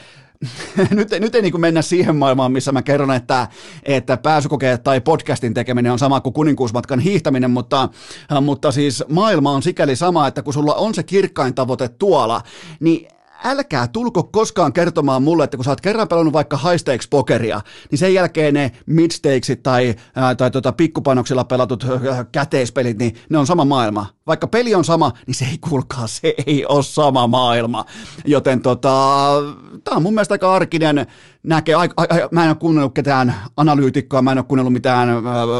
nyt, nyt ei niin kuin mennä siihen maailmaan, missä mä kerron, että, että pääsykokeet tai podcastin tekeminen on sama kuin kuninkuusmatkan hiihtäminen, mutta, mutta siis maailma on sikäli sama, että kun sulla on se kirkkain tavoite tuolla, niin älkää tulko koskaan kertomaan mulle, että kun sä oot kerran pelannut vaikka high stakes pokeria, niin sen jälkeen ne mid stakesit tai, ää, tai tota pikkupanoksilla pelatut ää, käteispelit, niin ne on sama maailma. Vaikka peli on sama, niin se ei kuulkaa, se ei ole sama maailma. Joten tota, tää on mun mielestä aika arkinen näke. Ai, ai, ai, mä en ole kuunnellut ketään analyytikkoa, mä en ole kuunnellut mitään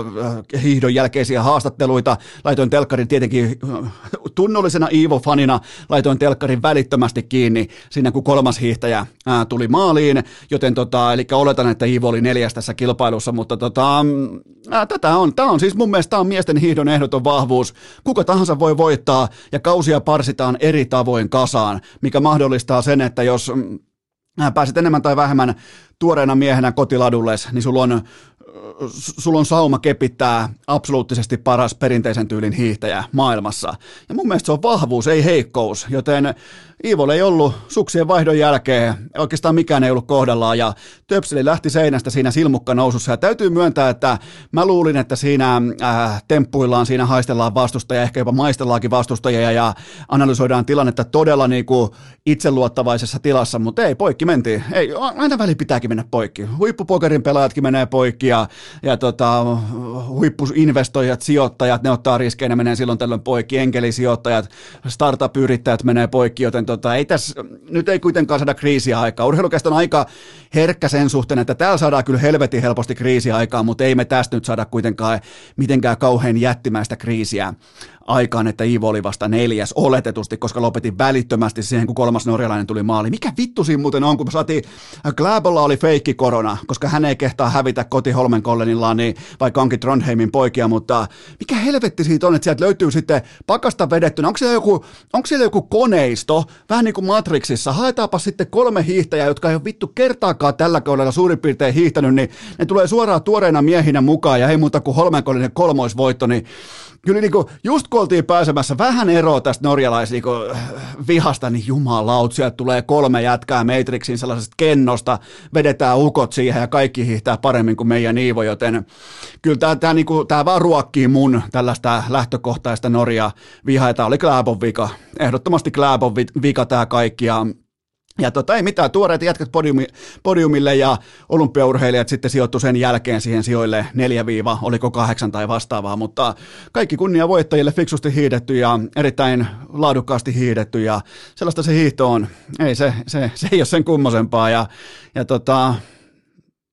äh, hiihdon jälkeisiä haastatteluita. Laitoin telkkarin tietenkin äh, tunnollisena Iivo-fanina, laitoin telkkarin välittömästi kiinni siinä, kun kolmas hiihtäjä äh, tuli maaliin. Joten tota, eli oletan, että Iivo oli neljäs tässä kilpailussa, mutta tota, äh, tätä on, tää on siis mun mielestä tää on miesten hiihdon ehdoton vahvuus. Kuka tahansa voi voittaa ja kausia parsitaan eri tavoin kasaan, mikä mahdollistaa sen, että jos pääset enemmän tai vähemmän tuoreena miehenä kotiladulles, niin sulla on, sulla on sauma kepittää absoluuttisesti paras perinteisen tyylin hiihtäjä maailmassa. Ja mun mielestä se on vahvuus, ei heikkous, joten Iivolla ei ollut suksien vaihdon jälkeen, oikeastaan mikään ei ollut kohdallaan, ja Töpseli lähti seinästä siinä silmukka nousussa, ja täytyy myöntää, että mä luulin, että siinä äh, temppuillaan, siinä haistellaan vastustajia, ehkä jopa maistellaankin vastustajia, ja analysoidaan tilannetta todella niin kuin itseluottavaisessa tilassa, mutta ei, poikki mentiin. Ei, aina väli pitääkin mennä poikki. Huippupokerin pelaajatkin menee poikki, ja, ja tota, huippuinvestoijat, sijoittajat, ne ottaa riskejä, ne menee silloin tällöin poikki, enkelisijoittajat, startup-yrittäjät menee poikki, joten tota, ei tässä, nyt ei kuitenkaan saada kriisiä aikaa. Urheilukästä on aika herkkä sen suhteen, että täällä saadaan kyllä helvetin helposti kriisiä aikaa, mutta ei me tästä nyt saada kuitenkaan mitenkään kauhean jättimäistä kriisiä aikaan, että Iivo oli vasta neljäs oletetusti, koska lopetin välittömästi siihen, kun kolmas norjalainen tuli maaliin. Mikä vittu siinä muuten on, kun me saatiin, Gläbolla oli feikki korona, koska hän ei kehtaa hävitä koti Holmenkollenillaan, niin vaikka onkin Trondheimin poikia, mutta mikä helvetti siitä on, että sieltä löytyy sitten pakasta vedettynä, onko siellä joku, onko siellä joku koneisto, vähän niin kuin Matrixissa, haetaanpa sitten kolme hiihtäjää, jotka ei ole vittu kertaakaan tällä kaudella suurin piirtein hiihtänyt, niin ne tulee suoraan tuoreina miehinä mukaan, ja ei muuta kuin Holmenkollinen kolmoisvoitto, niin kyllä niin kuin, just kun oltiin pääsemässä vähän eroa tästä norjalais niin kuin, vihasta, niin jumalaut, sieltä tulee kolme jätkää Matrixin sellaisesta kennosta, vedetään ukot siihen ja kaikki hiihtää paremmin kuin meidän Iivo, joten kyllä tämä, tämä, niin kuin, tämä vaan ruokkii mun tällaista lähtökohtaista Norja vihaa, ja tämä oli Gläbon vika, ehdottomasti Gläbon vika tämä kaikki, ja Ja tota, ei mitään, tuoreet jätkät podiumi, podiumille ja olympiaurheilijat sitten sijoittu sen jälkeen siihen sijoille neljä viiva, oliko kahdeksan tai vastaavaa, mutta kaikki kunnia voittajille, fiksusti hiihdetty ja erittäin laadukkaasti hiihdetty ja sellaista se hiihto on, ei se, se, se ei ole sen kummosempaa ja, ja tota,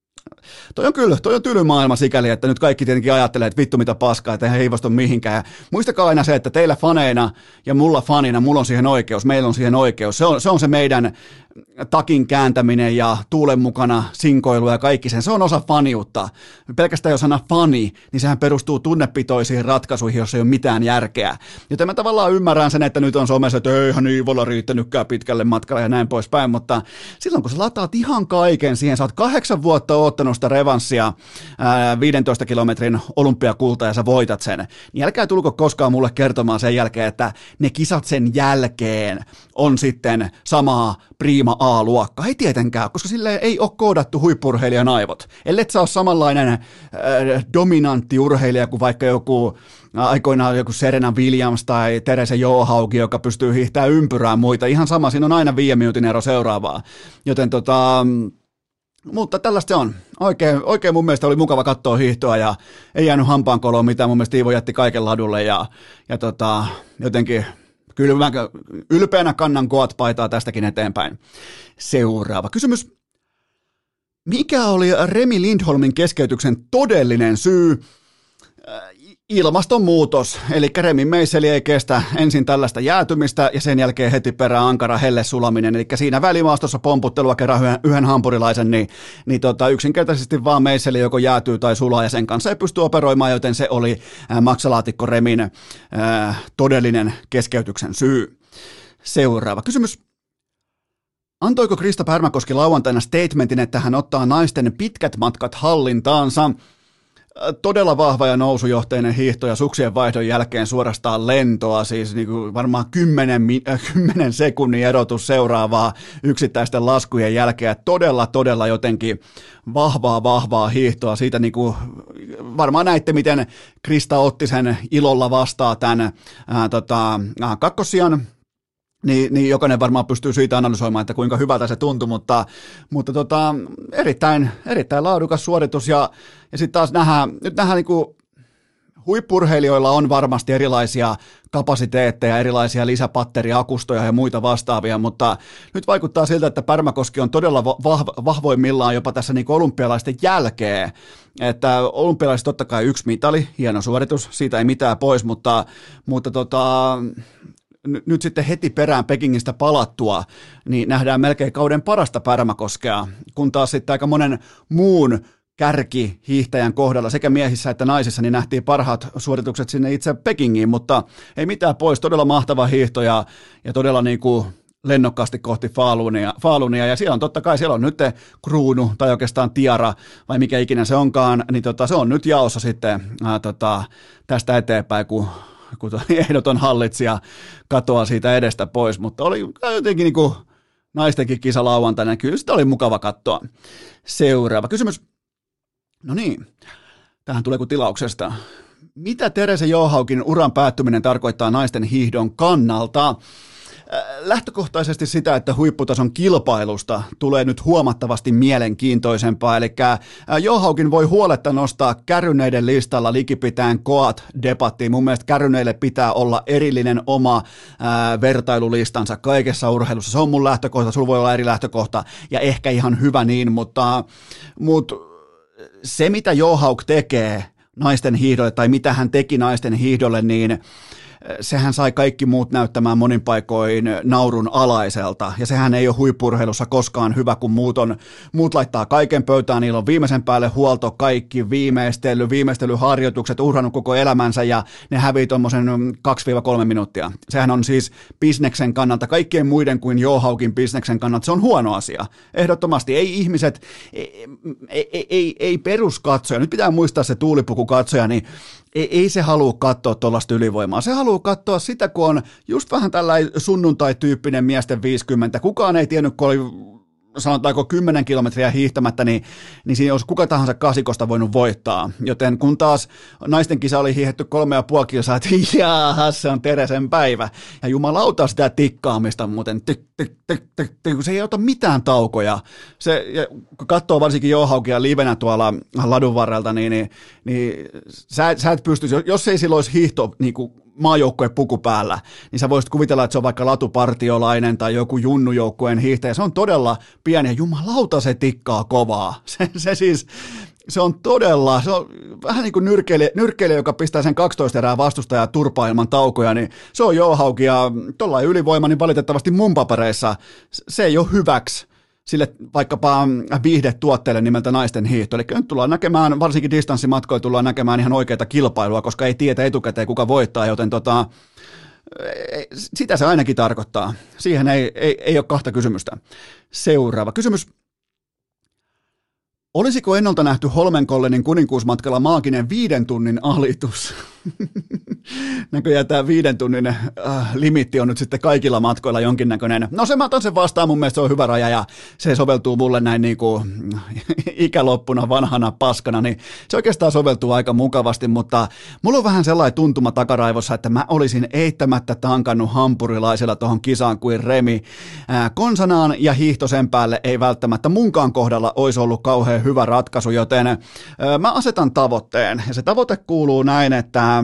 toi on kyllä, toi on tyly maailma sikäli, että nyt kaikki tietenkin ajattelee, että vittu mitä paskaa, että eihän heivostu mihinkään. Ja muistakaa aina se, että teillä faneina ja mulla fanina, mulla on siihen oikeus, meillä on siihen oikeus. Se on se, on se meidän takin kääntäminen ja tuulen mukana sinkoilu ja kaikki sen, se on osa faniutta. Pelkästään jos sana fani, niin sehän perustuu tunnepitoisiin ratkaisuihin, jos ei ole mitään järkeä. Joten mä tavallaan ymmärrän sen, että nyt on somessa, että eihän Iivolla riittänytkään pitkälle matkalle ja näin poispäin, mutta silloin kun sä lataat ihan kaiken siihen, sä oot kahdeksan vuotta oottanut sitä revanssia ää, viidentoista kilometrin olympiakulta ja sä voitat sen, niin älkää tulko koskaan mulle kertomaan sen jälkeen, että ne kisat sen jälkeen on sitten samaa prima A-luokka. Ei tietenkään, koska sille ei ole koodattu huippu-urheilijan aivot. Ellet sä ole samanlainen äh, dominantti urheilija kuin vaikka joku äh, aikoinaan joku Serena Williams tai Teresa Johaug, joka pystyy hiihtämään ympyrään muita. Ihan sama, siinä on aina viiden minuutin ero seuraavaa. Joten tota... Mutta tällaista se on. Oikein, oikein mun mielestä oli mukava katsoa hiihtoa ja ei jäänyt hampaankoloon mitään. Mun mielestä Iivo jätti kaiken ladulle ja, ja tota, jotenkin... Kyllä mä ylpeänä kannan Goat-paitaa tästäkin eteenpäin. Seuraava kysymys. Mikä oli Remi Lindholmin keskeytyksen todellinen syy? Ilmastonmuutos, eli Remin meisseli ei kestä ensin tällaista jäätymistä ja sen jälkeen heti perään ankara helle sulaminen, eli siinä välimaastossa pomputtelua kerran yhden, yhden hampurilaisen, niin, niin tota, yksinkertaisesti vaan meisseli joko jäätyy tai sulaa ja sen kanssa ei pysty operoimaan, joten se oli äh, maksalaatikko Remin äh, todellinen keskeytyksen syy. Seuraava kysymys. Antoiko Krista Pärmäkoski lauantaina statementin, että hän ottaa naisten pitkät matkat hallintaansa? Todella vahva ja nousujohteinen hiihto ja suksien vaihdon jälkeen suorastaan lentoa, siis niin kuin varmaan kymmenen, kymmenen sekunnin erotus seuraavaa yksittäisten laskujen jälkeen. Todella, todella jotenkin vahvaa, vahvaa hiihtoa. Siitä niin kuin, varmaan näitte, miten Krista otti sen ilolla vastaan tämän ää, tota, kakkosian. Niin, niin jokainen varmaan pystyy siitä analysoimaan, että kuinka hyvältä se tuntui, mutta, mutta tota, erittäin, erittäin laadukas suoritus ja, ja sitten taas nähdään, nyt nähdään niin kuin huippurheilijoilla on varmasti erilaisia kapasiteetteja, erilaisia lisäpatteriakustoja ja muita vastaavia, mutta nyt vaikuttaa siltä, että Pärmäkoski on todella vahv- vahvoimmillaan jopa tässä niin kuin olympialaisten jälkeen, että olympialaiset totta kai yksi mitali, hieno suoritus, siitä ei mitään pois, mutta, mutta tota... nyt sitten heti perään Pekingistä palattua, niin nähdään melkein kauden parasta Pärmäkoskea, kun taas sitten aika monen muun kärkihiihtäjän kohdalla sekä miehissä että naisissa niin nähtiin parhaat suoritukset sinne itse Pekingiin, mutta ei mitään pois, todella mahtava hiihto ja, ja todella niin kuin lennokkaasti kohti Falunia, Falunia, ja siellä on totta kai, siellä on nyt kruunu tai oikeastaan tiara, vai mikä ikinä se onkaan, niin tota, se on nyt jaossa sitten ää, tota, tästä eteenpäin, kun kun ehdoton hallitsija katoaa siitä edestä pois, mutta oli jotenkin niin kuin naistenkin kisa lauantaina, kyllä sitä oli mukava katsoa. Seuraava kysymys. No niin, tähän tulee kuin tilauksesta. Mitä Teresa Johaugin uran päättyminen tarkoittaa naisten hiihdon kannalta? Lähtökohtaisesti sitä, että huipputason kilpailusta tulee nyt huomattavasti mielenkiintoisempaa, eli Johaugin voi huoletta nostaa kärryneiden listalla likipitään Goat-debattiin. Mun mielestä kärryneille pitää olla erillinen oma ää, vertailulistansa kaikessa urheilussa. Se on mun lähtökohta, sulla voi olla eri lähtökohta ja ehkä ihan hyvä niin, mutta, mutta se mitä Johaug tekee naisten hiihdolle tai mitä hän teki naisten hiihdolle, niin sehän sai kaikki muut näyttämään monin paikoin naurun alaiselta, ja sehän ei ole huippu-urheilussa koskaan hyvä, kun muut, on, muut laittaa kaiken pöytään, niillä on viimeisen päälle huolto, kaikki viimeistely, viimeistelyharjoitukset, uhrannut koko elämänsä, ja ne hävii tuommoisen kaksi kolme minuuttia. Sehän on siis bisneksen kannalta, kaikkien muiden kuin Johaugin bisneksen kannalta, se on huono asia. Ehdottomasti, ei ihmiset, ei, ei, ei, ei peruskatsoja, nyt pitää muistaa se tuulipukukatsoja, niin ei, ei se halua katsoa tuollaista ylivoimaa. Se haluaa katsoa sitä, kun on just vähän tällainen sunnuntai-tyyppinen miesten viisikymmentä. Kukaan ei tiennyt, kun oli sanotaanko kymmenen kilometriä hiihtämättä, niin, niin siinä olisi kuka tahansa kasikosta voinut voittaa. Joten kun taas naisten kisa oli hiihetty kolme ja puoli kilsaa, että jaahas, se on Teresen päivä. Ja jumalauta sitä tikkaamista muuten, tik, tik, tik, tik, tik, se ei ota mitään taukoja. Se, ja kun katsoo varsinkin Johaugia livenä tuolla ladun varrelta, niin, niin, niin sä, sä et pystyisi, jos ei sillä olisi hiihto niin kuin maajoukkue puku päällä, niin sä voisit kuvitella, että se on vaikka latupartiolainen tai joku junnujoukkueen hiihtäjä. Se on todella pieni ja jumalauta se tikkaa kovaa. Se, se siis, se on todella, se on vähän niin kuin nyrkkeilijä, nyrkkeilijä joka pistää sen kaksitoista erää vastustajaa turpaa ilman taukoja, niin se on Joe ja tollain ylivoima, niin valitettavasti mun papereissa se ei ole hyväksi sille vaikkapa viihdetuotteelle nimeltä naisten hiihto. Eli nyt tullaan näkemään, varsinkin distanssimatkoilla tullaan näkemään ihan oikeita kilpailua, koska ei tiedä etukäteen kuka voittaa, joten tota, sitä se ainakin tarkoittaa. Siihen ei, ei, ei ole kahta kysymystä. Seuraava kysymys. Olisiko ennalta nähty Holmenkollenin kuninkuusmatkalla maaginen viiden tunnin alitus? Näköjään tämä viiden tunnin äh, limitti on nyt sitten kaikilla matkoilla jonkinnäköinen. No se mä otan sen vastaan, mun mielestä se on hyvä raja ja se soveltuu mulle näin niin kuin ikäloppuna vanhana paskana, niin se oikeastaan soveltuu aika mukavasti, mutta mulla on vähän sellainen tuntuma takaraivossa, että mä olisin eittämättä tankannut hampurilaisella tuohon kisaan kuin Remi. Äh, konsanaan ja hiihto sen päälle ei välttämättä munkaan kohdalla olisi ollut kauhean hyvä ratkaisu, joten äh, mä asetan tavoitteen ja se tavoite kuuluu näin, että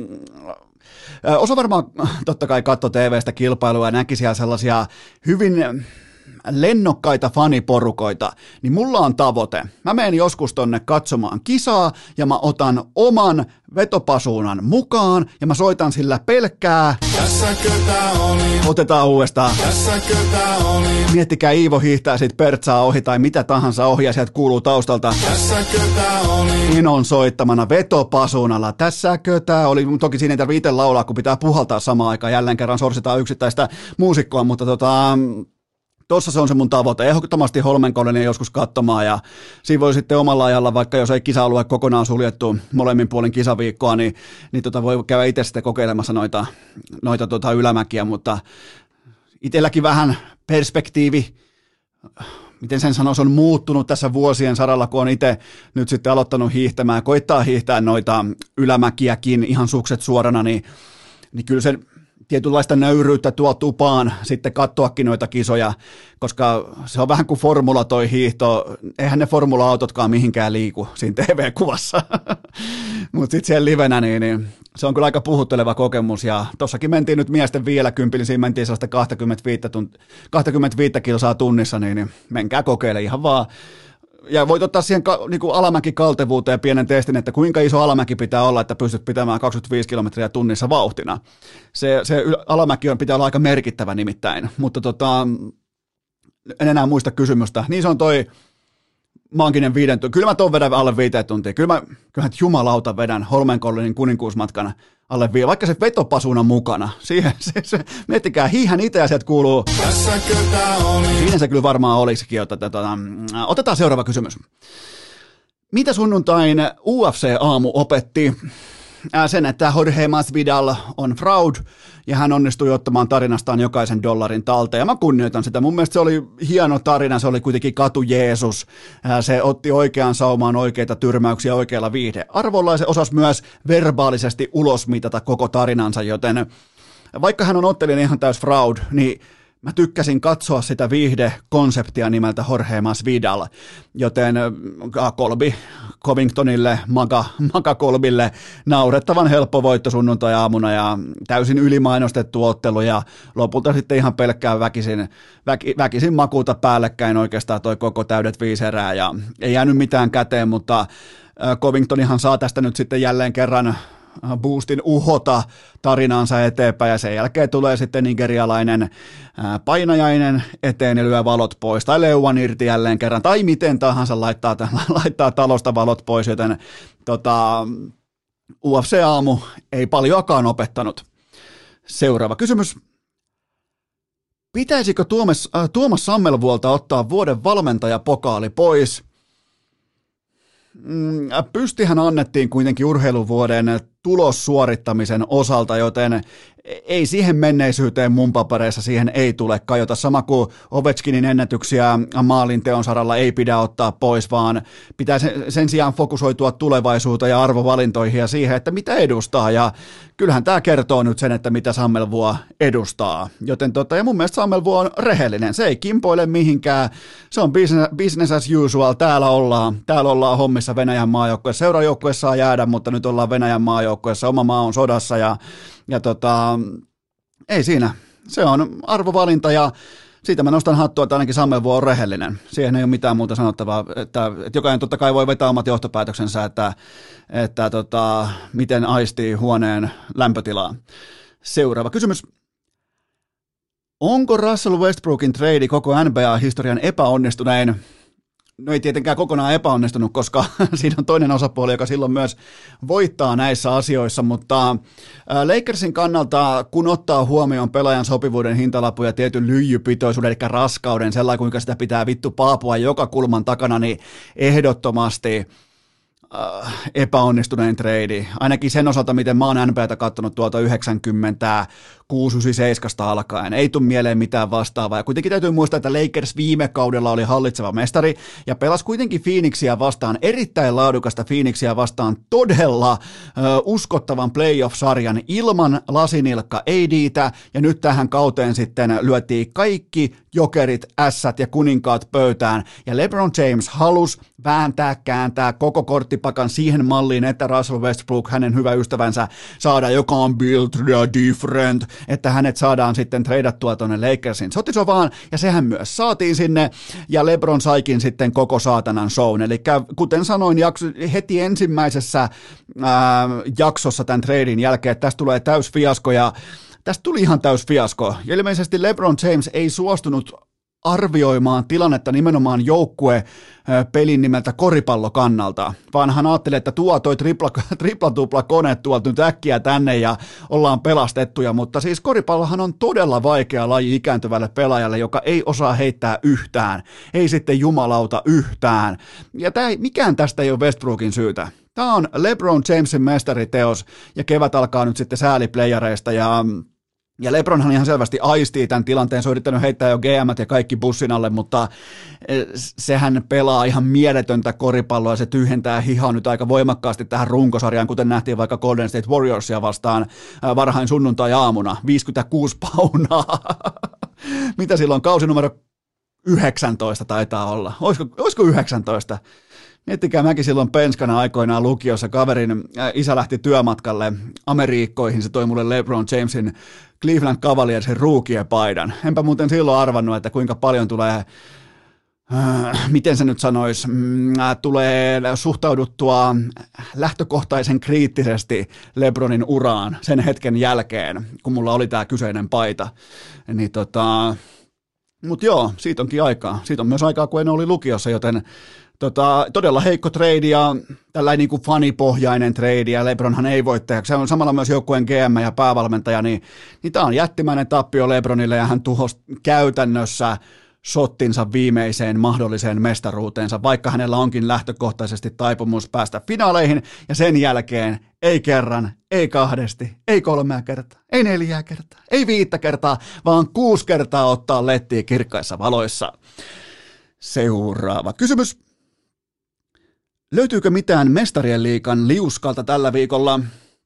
osa varmaan totta kai katso T V:stä kilpailua ja näki siellä sellaisia hyvin lennokkaita faniporukoita, niin mulla on tavoite. Mä menen joskus tonne katsomaan kisaa ja mä otan oman vetopasuunan mukaan ja mä soitan sillä pelkkää. Tässäkö tää oli? Otetaan uudestaan. Tässäkö tää oli? Miettikää, Iivo hiihtää sit Pertsaa ohi tai mitä tahansa ohi ja sieltä kuuluu taustalta. Tässäkö tää oli? Inon soittamana vetopasuunalla. Tässäkö tää oli? Toki siinä ei tarvitse itse laulaa, kun pitää puhaltaa samaan aikaan. Jälleen kerran sorsitaan yksittäistä muusikkoa, mutta tota... Tuossa se on se mun tavoite, ehdottomasti Holmenkollenia joskus katsomaan ja siinä voi sitten omalla ajalla, vaikka jos ei kisa-alue kokonaan suljettu molemmin puolin kisaviikkoa, niin, niin tota voi käydä itse sitten kokeilemassa noita, noita tota ylämäkiä, mutta itselläkin vähän perspektiivi, miten sen sanoisi, on muuttunut tässä vuosien saralla, kun on itse nyt sitten aloittanut hiihtämään, koittaa hiihtää noita ylämäkiäkin ihan sukset suorana, niin, niin kyllä se tietynlaista nöyryyttä tuo tupaan sitten katsoakin noita kisoja, koska se on vähän kuin formula toi hiihto, eihän ne formula-autotkaan mihinkään liiku siinä T V-kuvassa, mutta sitten siellä livenä, niin, niin se on kyllä aika puhutteleva kokemus, ja tossakin mentiin nyt miesten vielä kympillä, siinä mentiin sellaista kaksikymmentäviisi, tunt- kaksikymmentäviisi kilsaa tunnissa, niin, niin menkää kokeile ihan vaan. Ja voit ottaa siihen niin kuin alamäkikaltevuuteen pienen testin, että kuinka iso alamäki pitää olla, että pystyt pitämään kaksikymmentäviisi kilometriä tunnissa vauhtina. Se, se alamäki on, pitää olla aika merkittävä nimittäin, mutta tota, en enää muista kysymystä. Niin se on toi maaginen viiden tuntia. Kyllä mä ton vedän alle viiteen tuntia. Kyllä mä, kyllä mä jumalauta vedän Holmenkollenin kuninkuusmatkan alle viiden, vaikka se vetopasuna mukana. Siihen, se, se, miettikää, hiihän itse ja sieltä kuuluu. Tässäkö tää oli? Siinä se kyllä varmaan olisikin. Että, tota, otetaan seuraava kysymys. Mitä sunnuntain U F C-aamu opetti sen, että Jorge Masvidal on fraud ja hän onnistui ottamaan tarinastaan jokaisen dollarin talteen. Ja mä kunnioitan sitä. Mun mielestä se oli hieno tarina, se oli kuitenkin katu Jeesus. Se otti oikean saumaan oikeita tyrmäyksiä oikealla viihdearvolla ja se osasi myös verbaalisesti ulosmitata koko tarinansa, joten vaikka hän on ottelija ihan täys fraud, niin mä tykkäsin katsoa sitä viihdekonseptia nimeltä Jorge Masvidal, joten Kolbi Covingtonille, Maga, Maga Kolbille naurettavan helppo voitto sunnuntai-aamuna ja täysin ylimainostettu ottelu ja lopulta sitten ihan pelkkää väkisin, väki, väkisin makuuta päällekkäin oikeastaan toi koko täydet viisi erää ja ei jäänyt mitään käteen, mutta Covingtonihan saa tästä nyt sitten jälleen kerran boostin uhota tarinaansa eteenpäin ja sen jälkeen tulee sitten nigerialainen painajainen eteen ja lyö valot pois tai leuan irti jälleen kerran tai miten tahansa laittaa, laittaa talosta valot pois, joten tota, U F C-aamu ei paljoakaan opettanut. Seuraava kysymys. Pitäisikö Tuomas, äh, Tuomas Sammelvuolta ottaa vuoden valmentajapokaali pois? Pystihän annettiin kuitenkin urheiluvuoden tulossuorittamisen osalta, joten ei siihen menneisyyteen mun papereissa, siihen ei tule kajota. Sama kuin Ovechkinin ennätyksiä maalinteon saralla ei pidä ottaa pois, vaan pitää sen sijaan fokusoitua tulevaisuuteen ja arvovalintoihin ja siihen, että mitä edustaa. Ja kyllähän tämä kertoo nyt sen, että mitä Sammelvuo edustaa. Joten tota, ja mun mielestä Sammelvuo on rehellinen. Se ei kimpoile mihinkään. Se on business, business as usual. Täällä ollaan. Täällä ollaan hommissa Venäjän maajoukkueessa. Seurajoukkueessa saa jäädä, mutta nyt ollaan Venäjän maajoukkueessa. Oma maa on sodassa ja ja tota, ei siinä, se on arvovalinta ja siitä mä nostan hattua, että ainakin Samuel on rehellinen. Siihen ei ole mitään muuta sanottavaa, että, että jokainen totta kai voi vetää omat johtopäätöksensä, että, että tota, miten aistii huoneen lämpötilaa. Seuraava kysymys. Onko Russell Westbrookin trade koko N B A-historian epäonnistunein? No ei tietenkään kokonaan epäonnistunut, koska siinä on toinen osapuoli, joka silloin myös voittaa näissä asioissa, mutta Lakersin kannalta, kun ottaa huomioon pelaajan sopivuuden hintalappu ja tietyn lyijypitoisuuden, eli raskauden, sellainen kuinka sitä pitää vittu paapua joka kulman takana, niin ehdottomasti epäonnistuneen trade. Ainakin sen osalta, miten mä oon N B A:tä katsonut tuolta yhdeksänkymmentäkuusi yhdeksänkymmentäseitsemän alkaen. Ei tule mieleen mitään vastaavaa. Ja kuitenkin täytyy muistaa, että Lakers viime kaudella oli hallitseva mestari ja pelasi kuitenkin Phoenixia vastaan, erittäin laadukasta Phoenixia vastaan, todella ö, uskottavan playoff-sarjan ilman lasinilkka A D:tä. Ja nyt tähän kauteen sitten lyötiin kaikki jokerit, ässät ja kuninkaat pöytään. Ja LeBron James halusi vääntää, kääntää koko korttipakan siihen malliin, että Russell Westbrook, hänen hyvä ystävänsä, saada, joka on built different, että hänet saadaan sitten treidattua tuonne Lakersin sotisovaan, ja sehän myös saatiin sinne, ja LeBron saikin sitten koko saatanan shown. Eli kuten sanoin jakso, heti ensimmäisessä ää, jaksossa tämän treidin jälkeen, että tästä tulee täys fiasko, ja tästä tuli ihan täys fiasko. Ja ilmeisesti LeBron James ei suostunut arvioimaan tilannetta nimenomaan joukkue pelin nimeltä koripallokannalta, vaan hän ajatteli, että tuo toi tripla, tripla-tupla kone tuolta nyt äkkiä tänne ja ollaan pelastettuja, mutta siis koripallohan on todella vaikea laji ikääntyvälle pelaajalle, joka ei osaa heittää yhtään, ei sitten jumalauta yhtään, ja tää, mikään tästä ei ole Westbrookin syytä. Tämä on LeBron Jamesin mestariteos, ja kevät alkaa nyt sitten sääliplayereista, ja Ja LeBronhan ihan selvästi aistii tämän tilanteen, se on yrittänyt heittää jo G M:t ja kaikki bussin alle, mutta sehän pelaa ihan mieletöntä koripalloa ja se tyhjentää hihaa nyt aika voimakkaasti tähän runkosarjaan, kuten nähtiin vaikka Golden State Warriorsia vastaan varhain sunnuntai-aamuna, viisikymmentäkuusi paunaa. Mitä silloin, kausi numero yhdeksäntoista taitaa olla, olisiko, olisiko yhdeksäntoista? Miettikää, mäkin silloin penskana aikoinaan lukiossa kaverin isä lähti työmatkalle Amerikkoihin, se toi mulle LeBron Jamesin Cleveland Cavaliersin ruukiepaidan. Enpä muuten silloin arvannut, että kuinka paljon tulee, äh, miten se nyt sanoisi, äh, tulee suhtauduttua lähtökohtaisen kriittisesti LeBronin uraan sen hetken jälkeen, kun mulla oli tämä kyseinen paita. Niin tota, mutta joo, siitä onkin aikaa. Siitä on myös aikaa, kun en oli lukiossa, joten Tota, todella heikko trade ja tällainen niin kuin fanipohjainen trade, ja LeBronhan ei voi tehdä. Se on samalla myös joukkueen G M ja päävalmentaja, niin, niin tämä on jättimäinen tappio LeBronille, ja hän tuhosi käytännössä shottinsa viimeiseen mahdolliseen mestaruuteensa, vaikka hänellä onkin lähtökohtaisesti taipumus päästä finaaleihin, ja sen jälkeen ei kerran, ei kahdesti, ei kolmea kertaa, ei neljää kertaa, ei viittä kertaa, vaan kuusi kertaa ottaa lettiä kirkkaissa valoissa. Seuraava kysymys. Löytyykö mitään Mestarien liigan liuskalta tällä viikolla?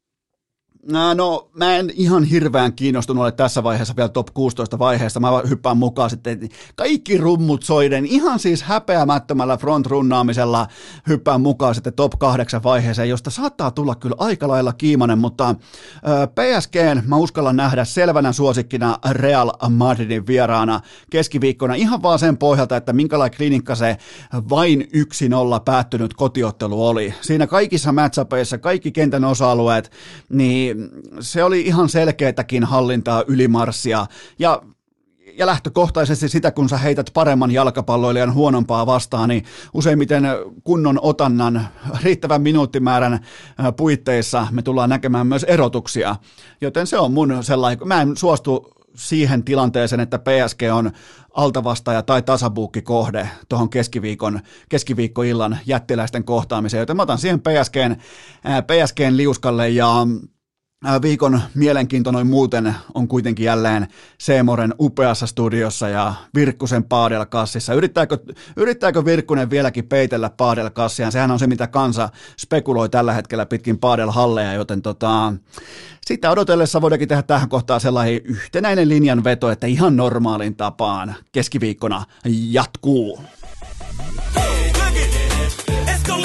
No, mä en ihan hirveän kiinnostunut ole tässä vaiheessa vielä top kuusitoista vaiheesta. Mä hyppään mukaan sitten kaikki rummut soiden, ihan siis häpeämättömällä front-runnaamisella hyppään mukaan sitten top kahdeksan vaiheeseen, josta saattaa tulla kyllä aika lailla kiimainen, mutta P S G:n mä uskallan nähdä selvänä suosikkina Real Madridin vieraana keskiviikkona ihan vaan sen pohjalta, että minkälainen klinikka se vain yksi nolla päättynyt kotiottelu oli. Siinä kaikissa matchupeissa, kaikki kentän osa-alueet, niin se oli ihan selkeätäkin hallintaa, ylimarssia ja, ja lähtökohtaisesti sitä, kun sä heität paremman jalkapalloilijan huonompaa vastaan, niin useimmiten kunnon otannan riittävän minuuttimäärän puitteissa me tullaan näkemään myös erotuksia, joten se on mun sellainen, mä en suostu siihen tilanteeseen, että P S G on altavastaaja tai tasabuukkikohde tuohon keskiviikon, keskiviikkoillan jättiläisten kohtaamiseen, joten mä otan siihen P S G:n, P S G:n liuskalle, ja viikon mielenkiinto noin muuten on kuitenkin jälleen Seemoren upeassa studiossa ja Virkkusen paadelkassissa. Yrittääkö, yrittääkö Virkkunen vieläkin peitellä paadelkassiaan? Sehän on se, mitä kansa spekuloi tällä hetkellä pitkin paadelhalleja, joten tota, sitä odotellessa voidaankin tehdä tähän kohtaan sellainen yhtenäinen linjanveto, että ihan normaalin tapaan keskiviikkona jatkuu.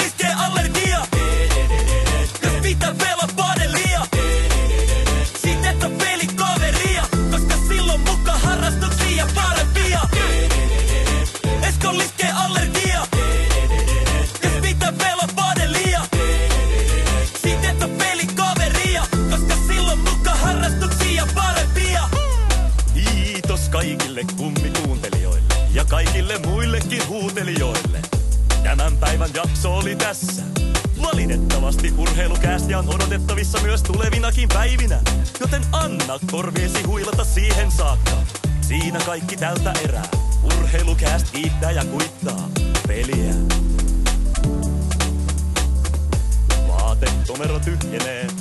Sitten kaikille kummikuuntelijoille ja kaikille muillekin huutelijoille. Tämän päivän jakso oli tässä. Valitettavasti urheilukäästiä on odotettavissa myös tulevinakin päivinä, joten anna korviesi huilata siihen saakka. Siinä kaikki tältä erää. Urheilukääst kiittää ja kuittaa peliä. Vaatetomero tyhjenee,